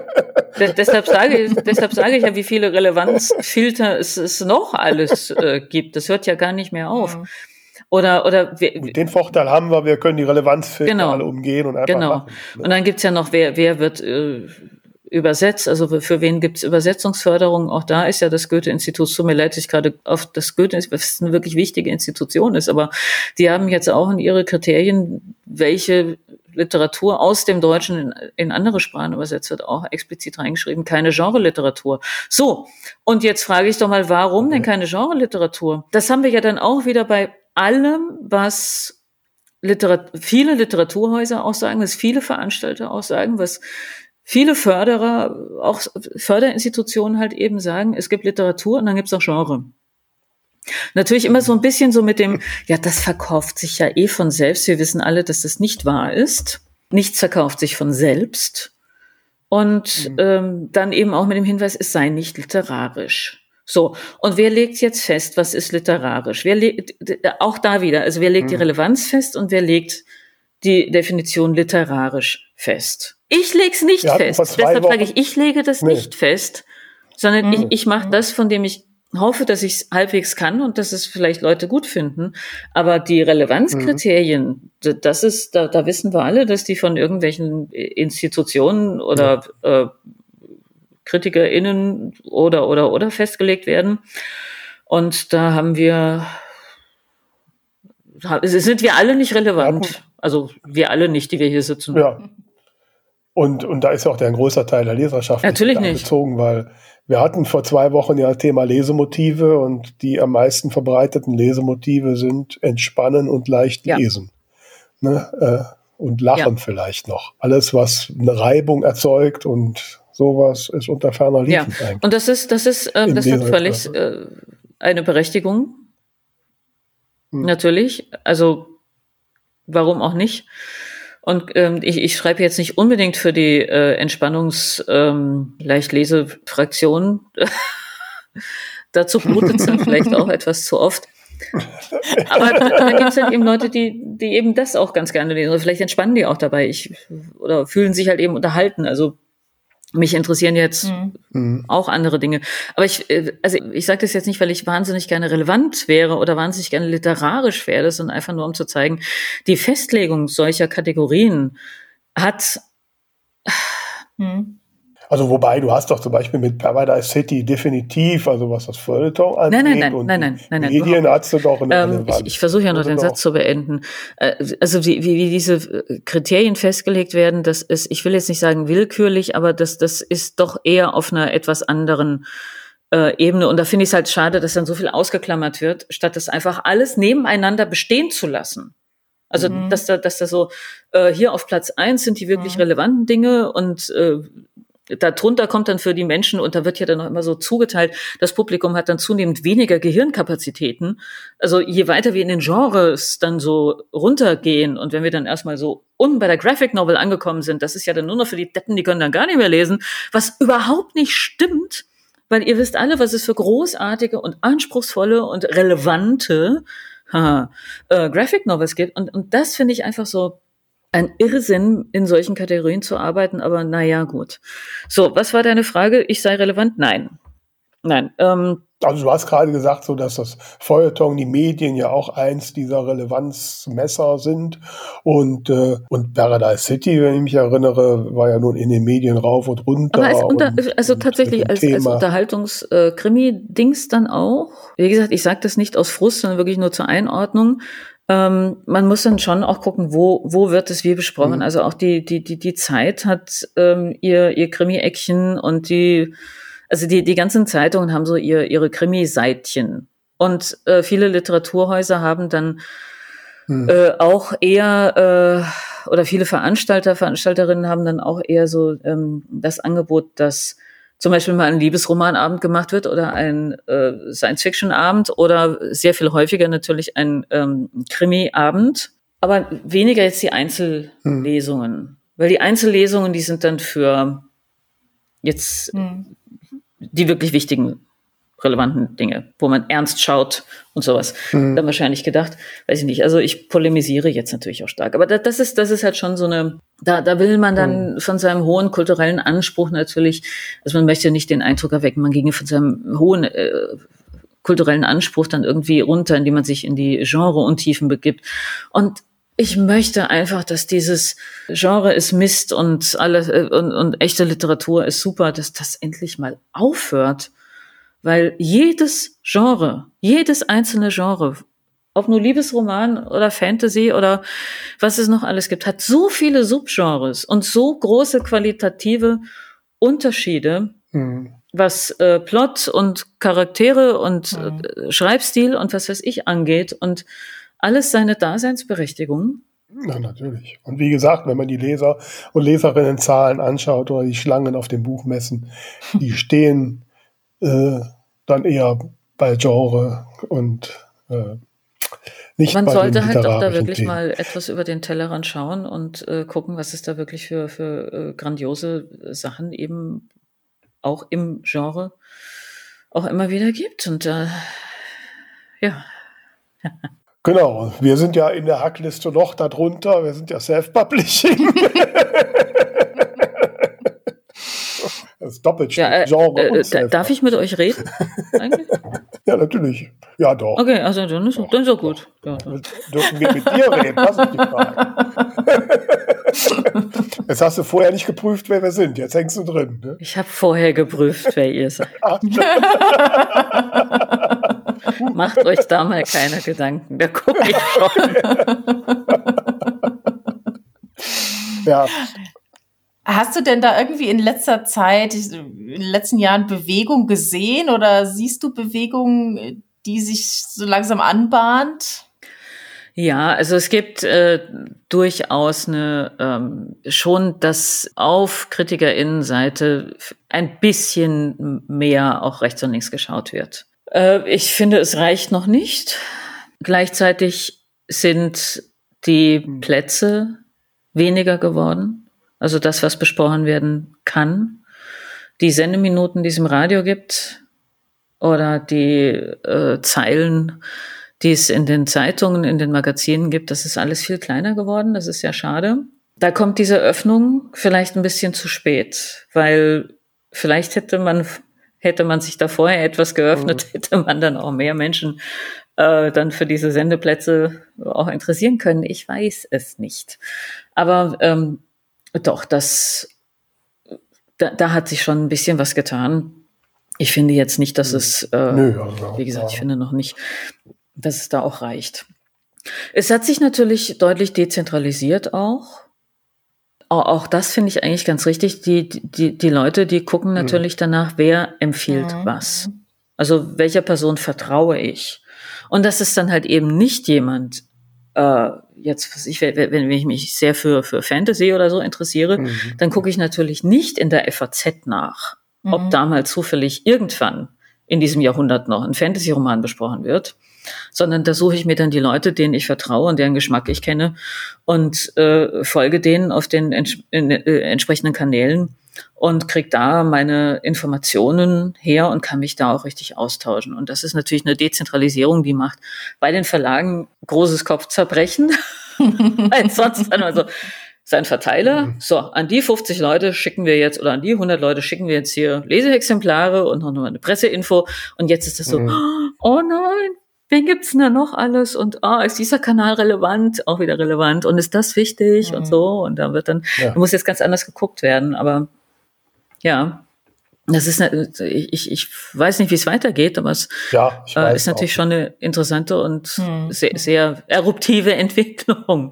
D- deshalb sage ich, deshalb sage ich ja, wie viele Relevanzfilter es, es noch alles äh, gibt. Das hört ja gar nicht mehr auf. Mhm. Oder, oder wir, den Vorteil haben wir, wir können die Relevanzfilter genau, alle umgehen und einfach genau. machen. Ne? Und dann gibt's ja noch, wer, wer wird äh, übersetzt, also für wen gibt's Übersetzungsförderung? Auch da ist ja das Goethe-Institut, tut mir leid, dass ich gerade auf das Goethe-Institut, was eine wirklich wichtige Institution ist, aber die haben jetzt auch in ihre Kriterien, welche Literatur aus dem Deutschen in, in andere Sprachen übersetzt wird, auch explizit reingeschrieben, keine Genre-Literatur. So, und jetzt frage ich doch mal, warum okay. denn keine Genre-Literatur? Das haben wir ja dann auch wieder bei allem, was Literat- viele Literaturhäuser auch sagen, was viele Veranstalter auch sagen, was viele Förderer, auch Förderinstitutionen halt eben sagen, es gibt Literatur und dann gibt's auch Genre. Natürlich immer so ein bisschen so mit dem, ja, das verkauft sich ja eh von selbst. Wir wissen alle, dass das nicht wahr ist. Nichts verkauft sich von selbst. Und mhm. ähm, dann eben auch mit dem Hinweis, es sei nicht literarisch. So, und wer legt jetzt fest, was ist literarisch? Wer legt, auch da wieder, also wer legt mhm. die Relevanz fest und wer legt die Definition literarisch fest? Ich leg's nicht fest. Deshalb sage ich, ich lege das nee. nicht fest, sondern mhm. ich, ich mache das, von dem ich hoffe, dass ich es halbwegs kann und dass es vielleicht Leute gut finden. Aber die Relevanzkriterien, mhm. das ist, da, da wissen wir alle, dass die von irgendwelchen Institutionen oder ja. äh, KritikerInnen oder, oder, oder festgelegt werden. Und da haben wir, sind wir alle nicht relevant. Also wir alle nicht, die wir hier sitzen. Ja. Und, und da ist auch der ein großer Teil der Leserschaft Natürlich nicht bezogen, weil wir hatten vor zwei Wochen ja das Thema Lesemotive und die am meisten verbreiteten Lesemotive sind entspannen und leicht ja. lesen. Ne? Äh, und lachen ja. vielleicht noch. Alles, was eine Reibung erzeugt und sowas, ist unter ferner Liefen ja. eigentlich. Und das ist, das ist, äh, das hat völlig äh, eine Berechtigung. Hm. Natürlich. Also warum auch nicht? Und ähm, ich, ich schreibe jetzt nicht unbedingt für die äh, Entspannungs-Leichtlese-Fraktion. Ähm, Dazu blutet es dann vielleicht auch etwas zu oft. Aber da, da gibt es halt eben Leute, die, die eben das auch ganz gerne lesen. Oder vielleicht entspannen die auch dabei. Ich, oder fühlen sich halt eben unterhalten. Also mich interessieren jetzt mhm. auch andere Dinge. Aber ich, also ich sage das jetzt nicht, weil ich wahnsinnig gerne relevant wäre oder wahnsinnig gerne literarisch wäre, sondern einfach nur, um zu zeigen, die Festlegung solcher Kategorien hat... Mhm. Also wobei, du hast doch zum Beispiel mit Paradise City definitiv, also was das Feuilleton angeht nein, nein, und nein, nein, nein, nein, Medien nein, hast du doch eine ähm, Ich, ich versuche ja noch den Satz zu beenden. Also wie, wie, wie diese Kriterien festgelegt werden, das ist, ich will jetzt nicht sagen willkürlich, aber das, das ist doch eher auf einer etwas anderen äh, Ebene. Und da finde ich es halt schade, dass dann so viel ausgeklammert wird, statt das einfach alles nebeneinander bestehen zu lassen. Also mhm. dass da, dass da so äh, hier auf Platz eins sind die wirklich mhm. relevanten Dinge und äh, darunter kommt dann für die Menschen, und da wird ja dann noch immer so zugeteilt, das Publikum hat dann zunehmend weniger Gehirnkapazitäten. Also je weiter wir in den Genres dann so runtergehen und wenn wir dann erstmal so unten bei der Graphic Novel angekommen sind, das ist ja dann nur noch für die Deppen, die können dann gar nicht mehr lesen, was überhaupt nicht stimmt, weil ihr wisst alle, was es für großartige und anspruchsvolle und relevante haha, äh, Graphic Novels gibt. Und, und das finde ich einfach so ein Irrsinn, in solchen Kategorien zu arbeiten, aber naja, gut. So, was war deine Frage? Ich sei relevant? Nein. Nein. Ähm, also du hast gerade gesagt, so dass das Feuilleton, die Medien ja auch eins dieser Relevanzmesser sind und äh, und Paradise City, wenn ich mich erinnere, war ja nun in den Medien rauf und runter. Aber als unter, und, also und tatsächlich als, als Unterhaltungs-Krimi-Dings dann auch. Wie gesagt, ich sage das nicht aus Frust, sondern wirklich nur zur Einordnung. Ähm, man muss dann schon auch gucken, wo wo wird es wie besprochen. Mhm. Also auch die die die die Zeit hat ähm, ihr ihr Krimi-Eckchen und die also die die ganzen Zeitungen haben so ihr ihre Krimi-Seitchen und äh, viele Literaturhäuser haben dann mhm. äh, auch eher äh, oder viele Veranstalter Veranstalterinnen haben dann auch eher so ähm, das Angebot, dass zum Beispiel mal ein Liebesromanabend gemacht wird oder ein äh, Science-Fiction-Abend oder sehr viel häufiger natürlich ein ähm, Krimi-Abend, aber weniger jetzt die Einzellesungen. Hm. Weil die Einzellesungen, die sind dann für jetzt hm. die wirklich wichtigen, relevanten Dinge, wo man ernst schaut und sowas. Hm. Dann wahrscheinlich gedacht, weiß ich nicht, also ich polemisiere jetzt natürlich auch stark, aber das, das ist das ist halt schon so eine, da da will man dann hm. von seinem hohen kulturellen Anspruch natürlich, also man möchte nicht den Eindruck erwecken, man ginge von seinem hohen äh, kulturellen Anspruch dann irgendwie runter, indem man sich in die Genre-Untiefen begibt. Und ich möchte einfach, dass dieses Genre ist Mist und alles äh, und, und echte Literatur ist super, dass das endlich mal aufhört. Weil jedes Genre, jedes einzelne Genre, ob nur Liebesroman oder Fantasy oder was es noch alles gibt, hat so viele Subgenres und so große qualitative Unterschiede, mhm. was äh, Plot und Charaktere und mhm. äh, Schreibstil und was weiß ich angeht und alles seine Daseinsberechtigung. Ja, natürlich. Und wie gesagt, wenn man die Leser- und Leserinnenzahlen anschaut oder die Schlangen auf den Buchmessen, die stehen äh, dann eher bei Genre und äh, nicht Man bei sollte den halt doch da wirklich Themen. mal etwas über den Tellerrand schauen und äh, gucken, was es da wirklich für, für äh, grandiose Sachen eben auch im Genre auch immer wieder gibt. Und äh, ja. Genau, wir sind ja in der Hackliste noch darunter, wir sind ja Self-Publishing. Das ist doppelt ja, äh, Genre äh, und äh, Darf ich mit euch reden? Eigentlich? Ja, natürlich. Ja, doch. Okay, also dann ist, dann ist auch gut. Ja, dürfen wir mit dir reden? Das ist die Frage. Jetzt hast du vorher nicht geprüft, wer wir sind. Jetzt hängst du drin. Ne? Ich habe vorher geprüft, wer ihr seid. Macht euch da mal keine Gedanken. Da gucke ich schon. Ja. Hast du denn da irgendwie in letzter Zeit, in den letzten Jahren Bewegung gesehen oder siehst du Bewegung, die sich so langsam anbahnt? Ja, also es gibt äh, durchaus eine ähm, schon, dass auf KritikerInnenseite ein bisschen mehr auch rechts und links geschaut wird. Äh, ich finde, es reicht noch nicht. Gleichzeitig sind die Plätze weniger geworden. Also das, was besprochen werden kann. Die Sendeminuten, die es im Radio gibt oder die äh, Zeilen, die es in den Zeitungen, in den Magazinen gibt, das ist alles viel kleiner geworden. Das ist ja schade. Da kommt diese Öffnung vielleicht ein bisschen zu spät, weil vielleicht hätte man, hätte man sich da vorher etwas geöffnet, mhm. hätte man dann auch mehr Menschen äh, dann für diese Sendeplätze auch interessieren können. Ich weiß es nicht. Aber ähm, doch, das, da, da hat sich schon ein bisschen was getan. Ich finde jetzt nicht, dass es, äh, Nö, also, wie gesagt, ja. ich finde noch nicht, dass es da auch reicht. Es hat sich natürlich deutlich dezentralisiert auch. Auch das finde ich eigentlich ganz richtig. Die, die, die Leute, die gucken natürlich mhm. danach, wer empfiehlt mhm. was. Also welcher Person vertraue ich? Und das ist dann halt eben nicht jemand, äh, jetzt, was ich, wenn, wenn ich mich sehr für, für Fantasy oder so interessiere, mhm. dann gucke ich natürlich nicht in der F A Z nach, mhm. ob da mal zufällig irgendwann in diesem Jahrhundert noch ein Fantasy-Roman besprochen wird, sondern da suche ich mir dann die Leute, denen ich vertraue und deren Geschmack ich kenne und äh, folge denen auf den ents- in, äh, entsprechenden Kanälen und kriege da meine Informationen her und kann mich da auch richtig austauschen. Und das ist natürlich eine Dezentralisierung, die macht bei den Verlagen großes Kopfzerbrechen, weil sonst dann also sein Verteiler, so, an die fünfzig Leute schicken wir jetzt, oder an die hundert Leute schicken wir jetzt hier Leseexemplare und noch mal eine Presseinfo. Und jetzt ist das so, mhm. oh nein, wen gibt's denn da noch alles? Und ah, ist dieser Kanal relevant? Auch wieder relevant. Und ist das wichtig? Mhm. Und so. Und da wird dann, ja. da muss jetzt ganz anders geguckt werden. Aber ja, das ist, eine, ich, ich weiß nicht, wie es weitergeht, aber es ja, ich äh, ist natürlich auch. schon eine interessante und mhm. sehr, sehr eruptive Entwicklung.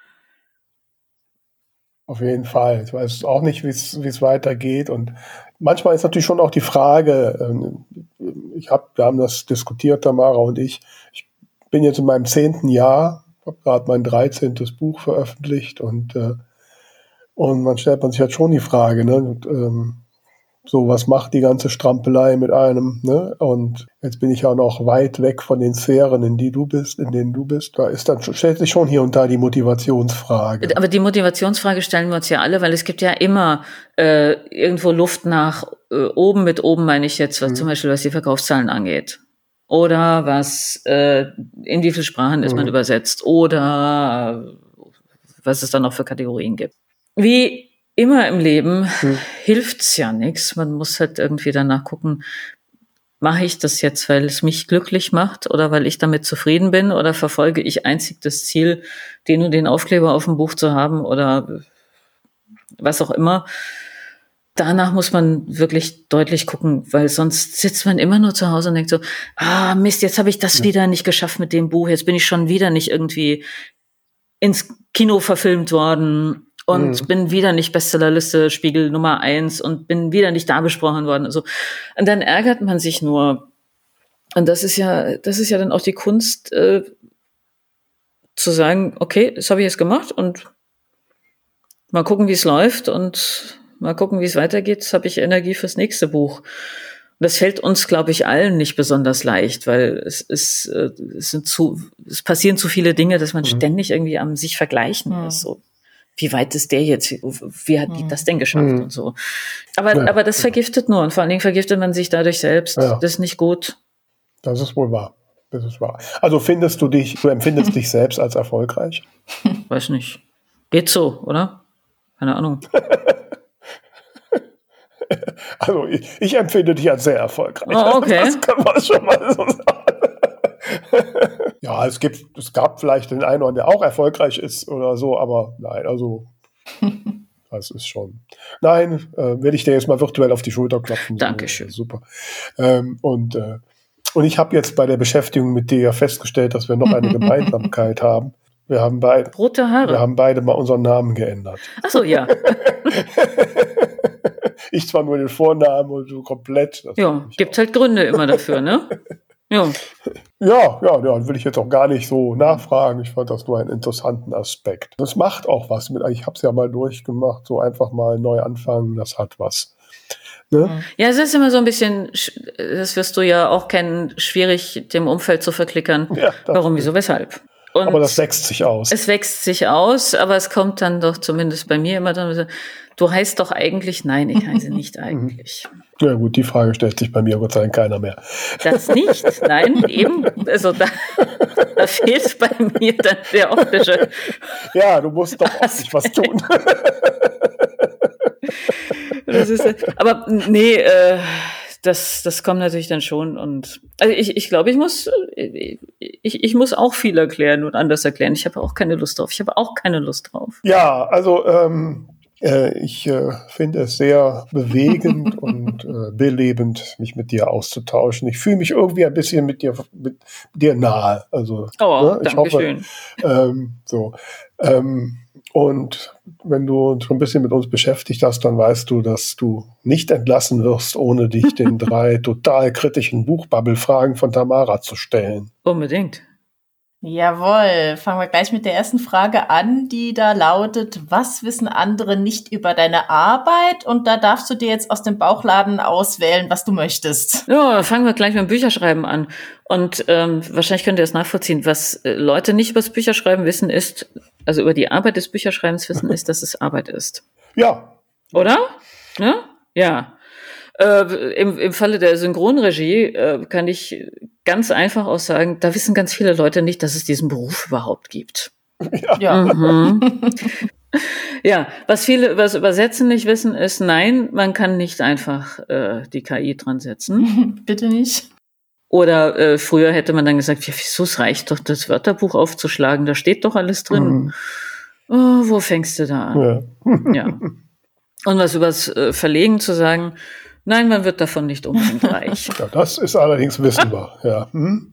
Auf jeden Fall. Ich weiß auch nicht, wie es wie es weitergeht. Und manchmal ist natürlich schon auch die Frage, ich hab, wir haben das diskutiert, Tamara und ich, ich bin jetzt in meinem zehnten Jahr, habe gerade mein dreizehntes Buch veröffentlicht und, und man stellt man sich halt schon die Frage, ne, und, ähm, so, was macht die ganze Strampelei mit einem, ne? Und jetzt bin ich ja noch weit weg von den Sphären, in die du bist, in denen du bist. Da ist dann, stellt sich schon hier und da die Motivationsfrage. Aber die Motivationsfrage stellen wir uns ja alle, weil es gibt ja immer äh, irgendwo Luft nach äh, oben. Mit oben meine ich jetzt, was mhm. zum Beispiel, was die Verkaufszahlen angeht. Oder was, äh, in wie viele Sprachen ist mhm. man übersetzt. Oder äh, was es dann noch für Kategorien gibt. Wie immer im Leben hm. hilft's ja nichts. Man muss halt irgendwie danach gucken, mache ich das jetzt, weil es mich glücklich macht oder weil ich damit zufrieden bin oder verfolge ich einzig das Ziel, den und den Aufkleber auf dem Buch zu haben oder was auch immer. Danach muss man wirklich deutlich gucken, weil sonst sitzt man immer nur zu Hause und denkt so, ah Mist, jetzt habe ich das ja. wieder nicht geschafft mit dem Buch, jetzt bin ich schon wieder nicht irgendwie ins Kino verfilmt worden. Und mhm. bin wieder nicht Bestsellerliste, Spiegel Nummer eins und bin wieder nicht da besprochen worden. Also, und dann ärgert man sich nur. Und das ist ja, das ist ja dann auch die Kunst, äh, zu sagen, okay, das habe ich jetzt gemacht und mal gucken, wie es läuft und mal gucken, wie es weitergeht. Jetzt habe ich Energie fürs nächste Buch. Und das fällt uns, glaube ich, allen nicht besonders leicht, weil es ist, äh, es sind zu, es passieren zu viele Dinge, dass man mhm. ständig irgendwie am sich vergleichen mhm. ist. So. Wie weit ist der jetzt? Wie hat die das denn geschafft mhm. und so? Aber, ja. aber das vergiftet nur und vor allen Dingen vergiftet man sich dadurch selbst. Ja. Das ist nicht gut. Das ist wohl wahr. Das ist wahr. Also findest du dich, du empfindest dich selbst als erfolgreich? Weiß nicht. Geht so, oder? Keine Ahnung. Also ich, ich empfinde dich als sehr erfolgreich. Oh, okay. Das kann man schon mal so sagen. Ja, es gibt, es gab vielleicht den einen, der auch erfolgreich ist oder so, aber nein, also das ist schon. Nein, äh, will ich dir jetzt mal virtuell auf die Schulter klopfen. Dankeschön. So, super. Ähm, und äh, und ich habe jetzt bei der Beschäftigung mit dir festgestellt, dass wir noch eine Gemeinsamkeit haben. Wir haben beide, Rote Haare. Wir haben beide mal unseren Namen geändert. Ach so, ja. Ich zwar nur den Vornamen und du komplett. Das Ja, gibt's halt Gründe immer dafür, ne? Ja. Ja, ja, ja, will ich jetzt auch gar nicht so nachfragen. Ich fand das nur einen interessanten Aspekt. Das macht auch was mit, ich habe es ja mal durchgemacht, so einfach mal neu anfangen, das hat was. Ne? Ja, es ist immer so ein bisschen, das wirst du ja auch kennen, schwierig, dem Umfeld zu verklickern. Ja, warum, wieso, weshalb? Und aber das wächst sich aus. Es wächst sich aus, aber es kommt dann doch zumindest bei mir immer dann, du heißt doch eigentlich, nein, ich heiße nicht eigentlich. Ja gut, die Frage stellt sich bei mir Gott sei Dank keiner mehr. Das nicht, nein, eben, also da, da fehlt bei mir dann der optische. Ja, du musst doch optisch was tun. Das ist, aber nee, äh, das, das kommt natürlich dann schon und also ich, ich glaube, ich muss, ich, ich muss auch viel erklären und anders erklären. Ich habe auch keine Lust drauf. Ich habe auch keine Lust drauf. Ja, also ähm, äh, ich äh, finde es sehr bewegend und äh, belebend, mich mit dir auszutauschen. Ich fühle mich irgendwie ein bisschen mit dir, mit dir nahe. Also, oh, ne, ich danke hoffe, schön. Ähm, so. Ähm, und wenn du schon ein bisschen mit uns beschäftigt hast, dann weißt du, dass du nicht entlassen wirst, ohne dich den drei total kritischen Buchbubble-Fragen von Tamara zu stellen. Unbedingt. Jawohl, fangen wir gleich mit der ersten Frage an, die da lautet, was wissen andere nicht über deine Arbeit? Und da darfst du dir jetzt aus dem Bauchladen auswählen, was du möchtest. Ja, fangen wir gleich mit dem Bücherschreiben an. Und ähm, wahrscheinlich könnt ihr das nachvollziehen. Was äh, Leute nicht über das Bücherschreiben wissen ist, also über die Arbeit des Bücherschreibens wissen, ist, dass es Arbeit ist. Ja. Oder? Ja? Ja. Äh, im, im Falle der Synchronregie äh, kann ich ganz einfach auch sagen, da wissen ganz viele Leute nicht, dass es diesen Beruf überhaupt gibt. Ja. Ja, mhm. Ja, was viele über das Übersetzen nicht wissen, ist, nein, man kann nicht einfach äh, die K I dran setzen. Bitte nicht. Oder äh, früher hätte man dann gesagt, ja, wieso, es reicht doch, das Wörterbuch aufzuschlagen, da steht doch alles drin. Mhm. Oh, wo fängst du da an? Ja. Ja. Und was übers äh, Verlegen zu sagen, nein, man wird davon nicht unbedingt reich. Ja, das ist allerdings wissen wir. Ja. Hm?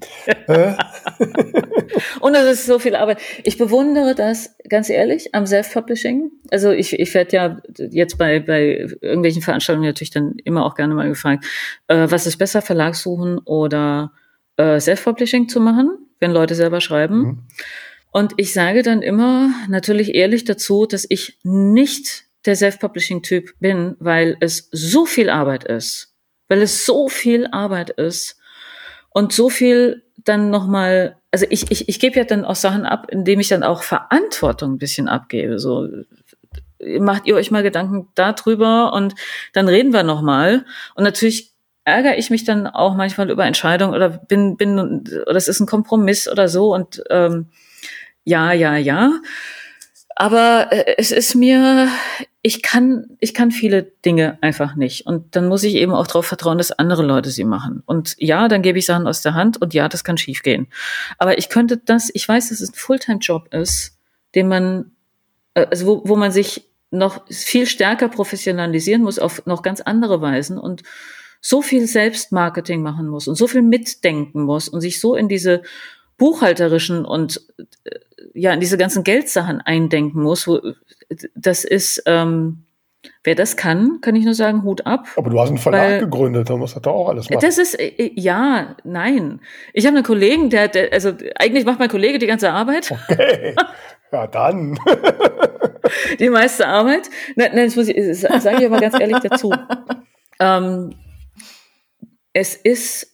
Und es ist so viel Arbeit. Ich bewundere das, ganz ehrlich, am Self-Publishing. Also ich, ich werde ja jetzt bei, bei irgendwelchen Veranstaltungen natürlich dann immer auch gerne mal gefragt, äh, was ist besser, Verlag suchen oder äh, Self-Publishing zu machen, wenn Leute selber schreiben. Mhm. Und ich sage dann immer natürlich ehrlich dazu, dass ich nicht der Self-Publishing-Typ bin, weil es so viel Arbeit ist, weil es so viel Arbeit ist und so viel dann nochmal, also ich, ich, ich gebe ja dann auch Sachen ab, indem ich dann auch Verantwortung ein bisschen abgebe, so macht ihr euch mal Gedanken darüber und dann reden wir nochmal und natürlich ärgere ich mich dann auch manchmal über Entscheidungen oder bin, bin, oder es ist ein Kompromiss oder so und ähm, ja, ja, ja, aber äh, es ist mir, ich kann, ich kann viele Dinge einfach nicht. Und dann muss ich eben auch darauf vertrauen, dass andere Leute sie machen. Und ja, dann gebe ich Sachen aus der Hand und ja, das kann schiefgehen. Aber ich könnte das, ich weiß, dass es ein Fulltime-Job ist, den man, also wo, wo man sich noch viel stärker professionalisieren muss auf noch ganz andere Weisen und so viel Selbstmarketing machen muss und so viel mitdenken muss und sich so in diese buchhalterischen und ja in diese ganzen Geldsachen eindenken muss, wo, das ist, ähm, wer das kann, kann ich nur sagen, Hut ab. Aber du hast einen Verlag weil, gegründet, da muss er doch auch alles machen. Das ist, ja, nein. Ich habe einen Kollegen, der, der, also eigentlich macht mein Kollege die ganze Arbeit. Okay, ja dann. Die meiste Arbeit. Nein, nein, das muss ich, das sage ich aber ganz ehrlich dazu. ähm, es ist,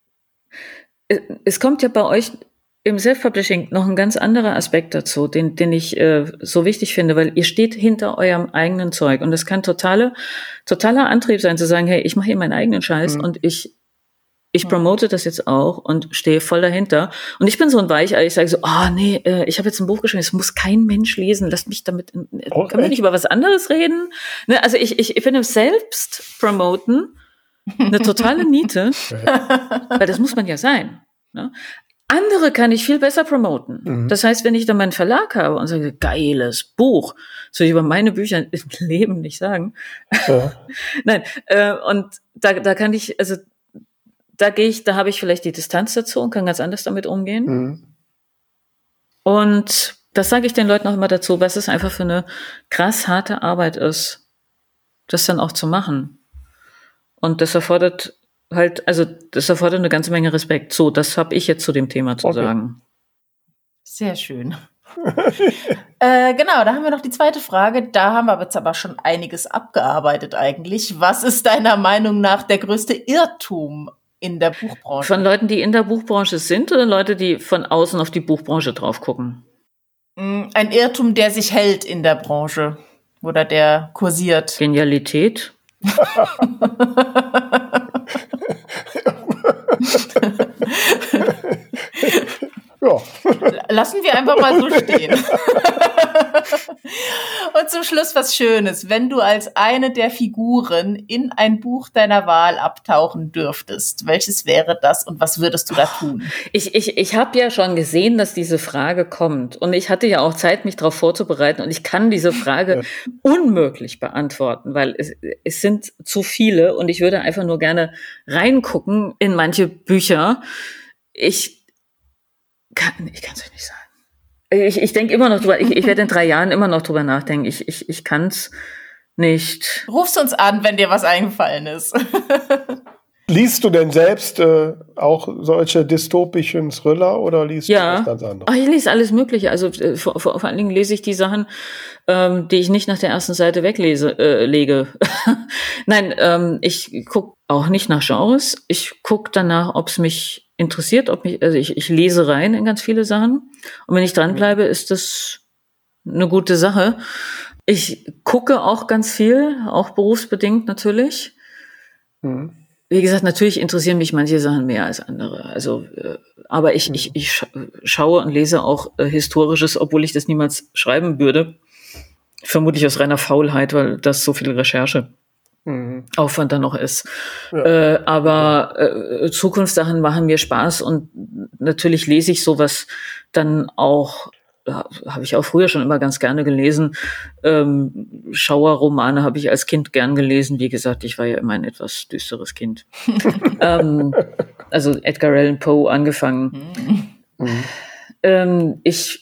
es kommt ja bei euch im Self-Publishing noch ein ganz anderer Aspekt dazu, den, den ich äh, so wichtig finde, weil ihr steht hinter eurem eigenen Zeug und es kann totale, totaler Antrieb sein zu sagen, hey, ich mache hier meinen eigenen Scheiß mhm. und ich ich promote das jetzt auch und stehe voll dahinter. Und ich bin so ein Weichei, ich sage so, oh nee, äh, ich habe jetzt ein Buch geschrieben, es muss kein Mensch lesen, lasst mich damit, äh, oh, können wir nicht über was anderes reden? Ne, also ich, ich, ich finde Selbst-Promoten eine totale Niete, weil das muss man ja sein. Ne? Andere kann ich viel besser promoten. Mhm. Das heißt, wenn ich dann meinen Verlag habe und sage, geiles Buch, das will ich über meine Bücher im Leben nicht sagen. Ja. Nein, äh, und da, da kann ich, also da gehe ich, da habe ich vielleicht die Distanz dazu und kann ganz anders damit umgehen. Mhm. Und das sage ich den Leuten auch immer dazu, was es einfach für eine krass harte Arbeit ist, das dann auch zu machen. Und das erfordert halt, also das erfordert eine ganze Menge Respekt. So, das habe ich jetzt zu dem Thema zu okay. sagen. Sehr schön. äh, genau, da haben wir noch die zweite Frage. Da haben wir jetzt aber schon einiges abgearbeitet eigentlich. Was ist deiner Meinung nach der größte Irrtum in der Buchbranche? Von Leuten, die in der Buchbranche sind oder Leute, die von außen auf die Buchbranche drauf gucken? Ein Irrtum, der sich hält in der Branche oder der kursiert. Genialität. Ja. Lassen wir einfach mal so stehen. Und zum Schluss was Schönes. Wenn du als eine der Figuren in ein Buch deiner Wahl abtauchen dürftest, welches wäre das und was würdest du da tun? Ich, ich, ich habe ja schon gesehen, dass diese Frage kommt. Und ich hatte ja auch Zeit, mich darauf vorzubereiten. Und ich kann diese Frage ja. unmöglich beantworten, weil es, es sind zu viele. Und ich würde einfach nur gerne reingucken in manche Bücher. Ich Kann, ich kann es euch nicht sagen. Ich, ich denke immer noch drüber, ich, ich werde in drei Jahren immer noch drüber nachdenken. Ich, ich, ich kann es nicht. Rufst uns an, wenn dir was eingefallen ist. Liest du denn selbst äh, auch solche dystopischen Thriller oder liest ja. du was ganz anderes? Ach, ich lese alles Mögliche. Also äh, vor, vor, vor allen Dingen lese ich die Sachen, ähm, die ich nicht nach der ersten Seite weglese, äh, lege. Nein, ähm, ich gucke auch nicht nach Genres. Ich gucke danach, ob es mich interessiert, ob mich, also ich, ich lese rein in ganz viele Sachen. Und wenn ich dranbleibe, ist das eine gute Sache. Ich gucke auch ganz viel, auch berufsbedingt natürlich. Mhm. Wie gesagt, natürlich interessieren mich manche Sachen mehr als andere. Also, äh, aber ich, mhm. ich, ich scha- schaue und lese auch äh, Historisches, obwohl ich das niemals schreiben würde. Vermutlich aus reiner Faulheit, weil das so viel Recherche Mhm. Aufwand da noch ist. Ja. Äh, aber äh, Zukunftssachen machen mir Spaß und natürlich lese ich sowas dann auch, ja, habe ich auch früher schon immer ganz gerne gelesen. Ähm, Schauerromane habe ich als Kind gern gelesen. Wie gesagt, ich war ja immer ein etwas düsteres Kind. ähm, also Edgar Allan Poe angefangen. Mhm. Ähm, ich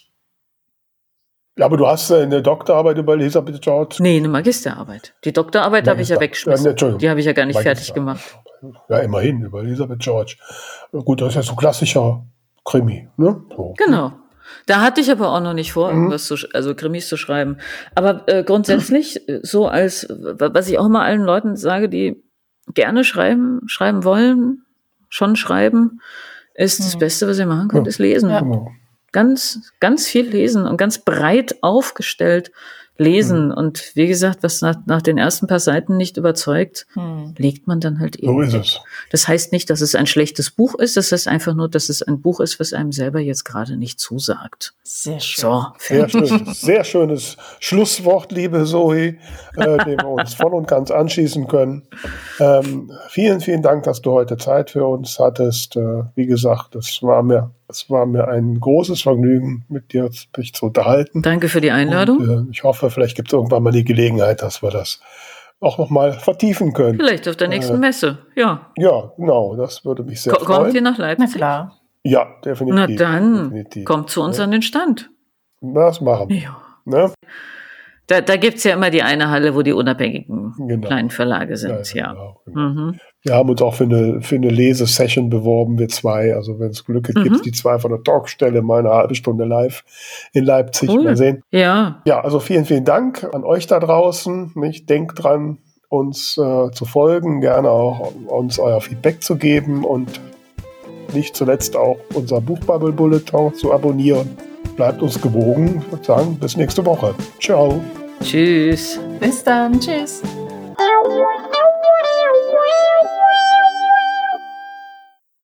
Ja, aber du hast eine Doktorarbeit über Elisabeth George? Nee, eine Magisterarbeit. Die Doktorarbeit habe ich ja weggeschmissen. Ja, die habe ich ja gar nicht Magister. fertig gemacht. Ja, immerhin, über Elisabeth George. Gut, das ist ja so ein klassischer Krimi, ne? So. Genau. Da hatte ich aber auch noch nicht vor, mhm. irgendwas zu, also Krimis zu schreiben. Aber äh, grundsätzlich, so als, was ich auch immer allen Leuten sage, die gerne schreiben, schreiben wollen, schon schreiben, ist mhm. das Beste, was ihr machen könnt, ja. ist lesen. Ja. Genau. Ganz, ganz viel lesen und ganz breit aufgestellt lesen. Mhm. Und wie gesagt, was nach, nach den ersten paar Seiten nicht überzeugt, mhm. legt man dann halt eben. So ist es. Das heißt nicht, dass es ein schlechtes Buch ist. Das heißt einfach nur, dass es ein Buch ist, was einem selber jetzt gerade nicht zusagt. Sehr schön. So, sehr schön. Sehr schönes Schlusswort, liebe Zoe, äh, dem wir uns voll und ganz anschließen können. Ähm, vielen, vielen Dank, dass du heute Zeit für uns hattest. Äh, wie gesagt, es war mir Es war mir ein großes Vergnügen, mit dir mich zu unterhalten. Danke für die Einladung. Und, äh, ich hoffe, vielleicht gibt es irgendwann mal die Gelegenheit, dass wir das auch noch mal vertiefen können. Vielleicht auf der nächsten äh, Messe, ja. Ja, genau, das würde mich sehr Ko- freuen. Kommt ihr nach Leipzig? Na klar. Ja, definitiv. Na dann, definitiv. kommt zu uns ja. an den Stand. Das machen wir. Ja. Ne? Da, da gibt es ja immer die eine Halle, wo die unabhängigen genau. kleinen Verlage sind. Ja, ja. Genau, genau. Mhm. Wir haben uns auch für eine, für eine Lesesession beworben, wir zwei. Also wenn es Glück gibt, mhm. gibt es die zwei von der Talkstelle, mal eine halbe Stunde live in Leipzig. Cool. Mal sehen. Ja. Ja, also vielen, vielen Dank an euch da draußen. Nicht? Denkt dran, uns äh, zu folgen, gerne auch uns euer Feedback zu geben und nicht zuletzt auch unser Buchbubble-Bulletin zu abonnieren. Bleibt uns gewogen. Ich würde sagen, bis nächste Woche. Ciao. Tschüss. Bis dann. Tschüss.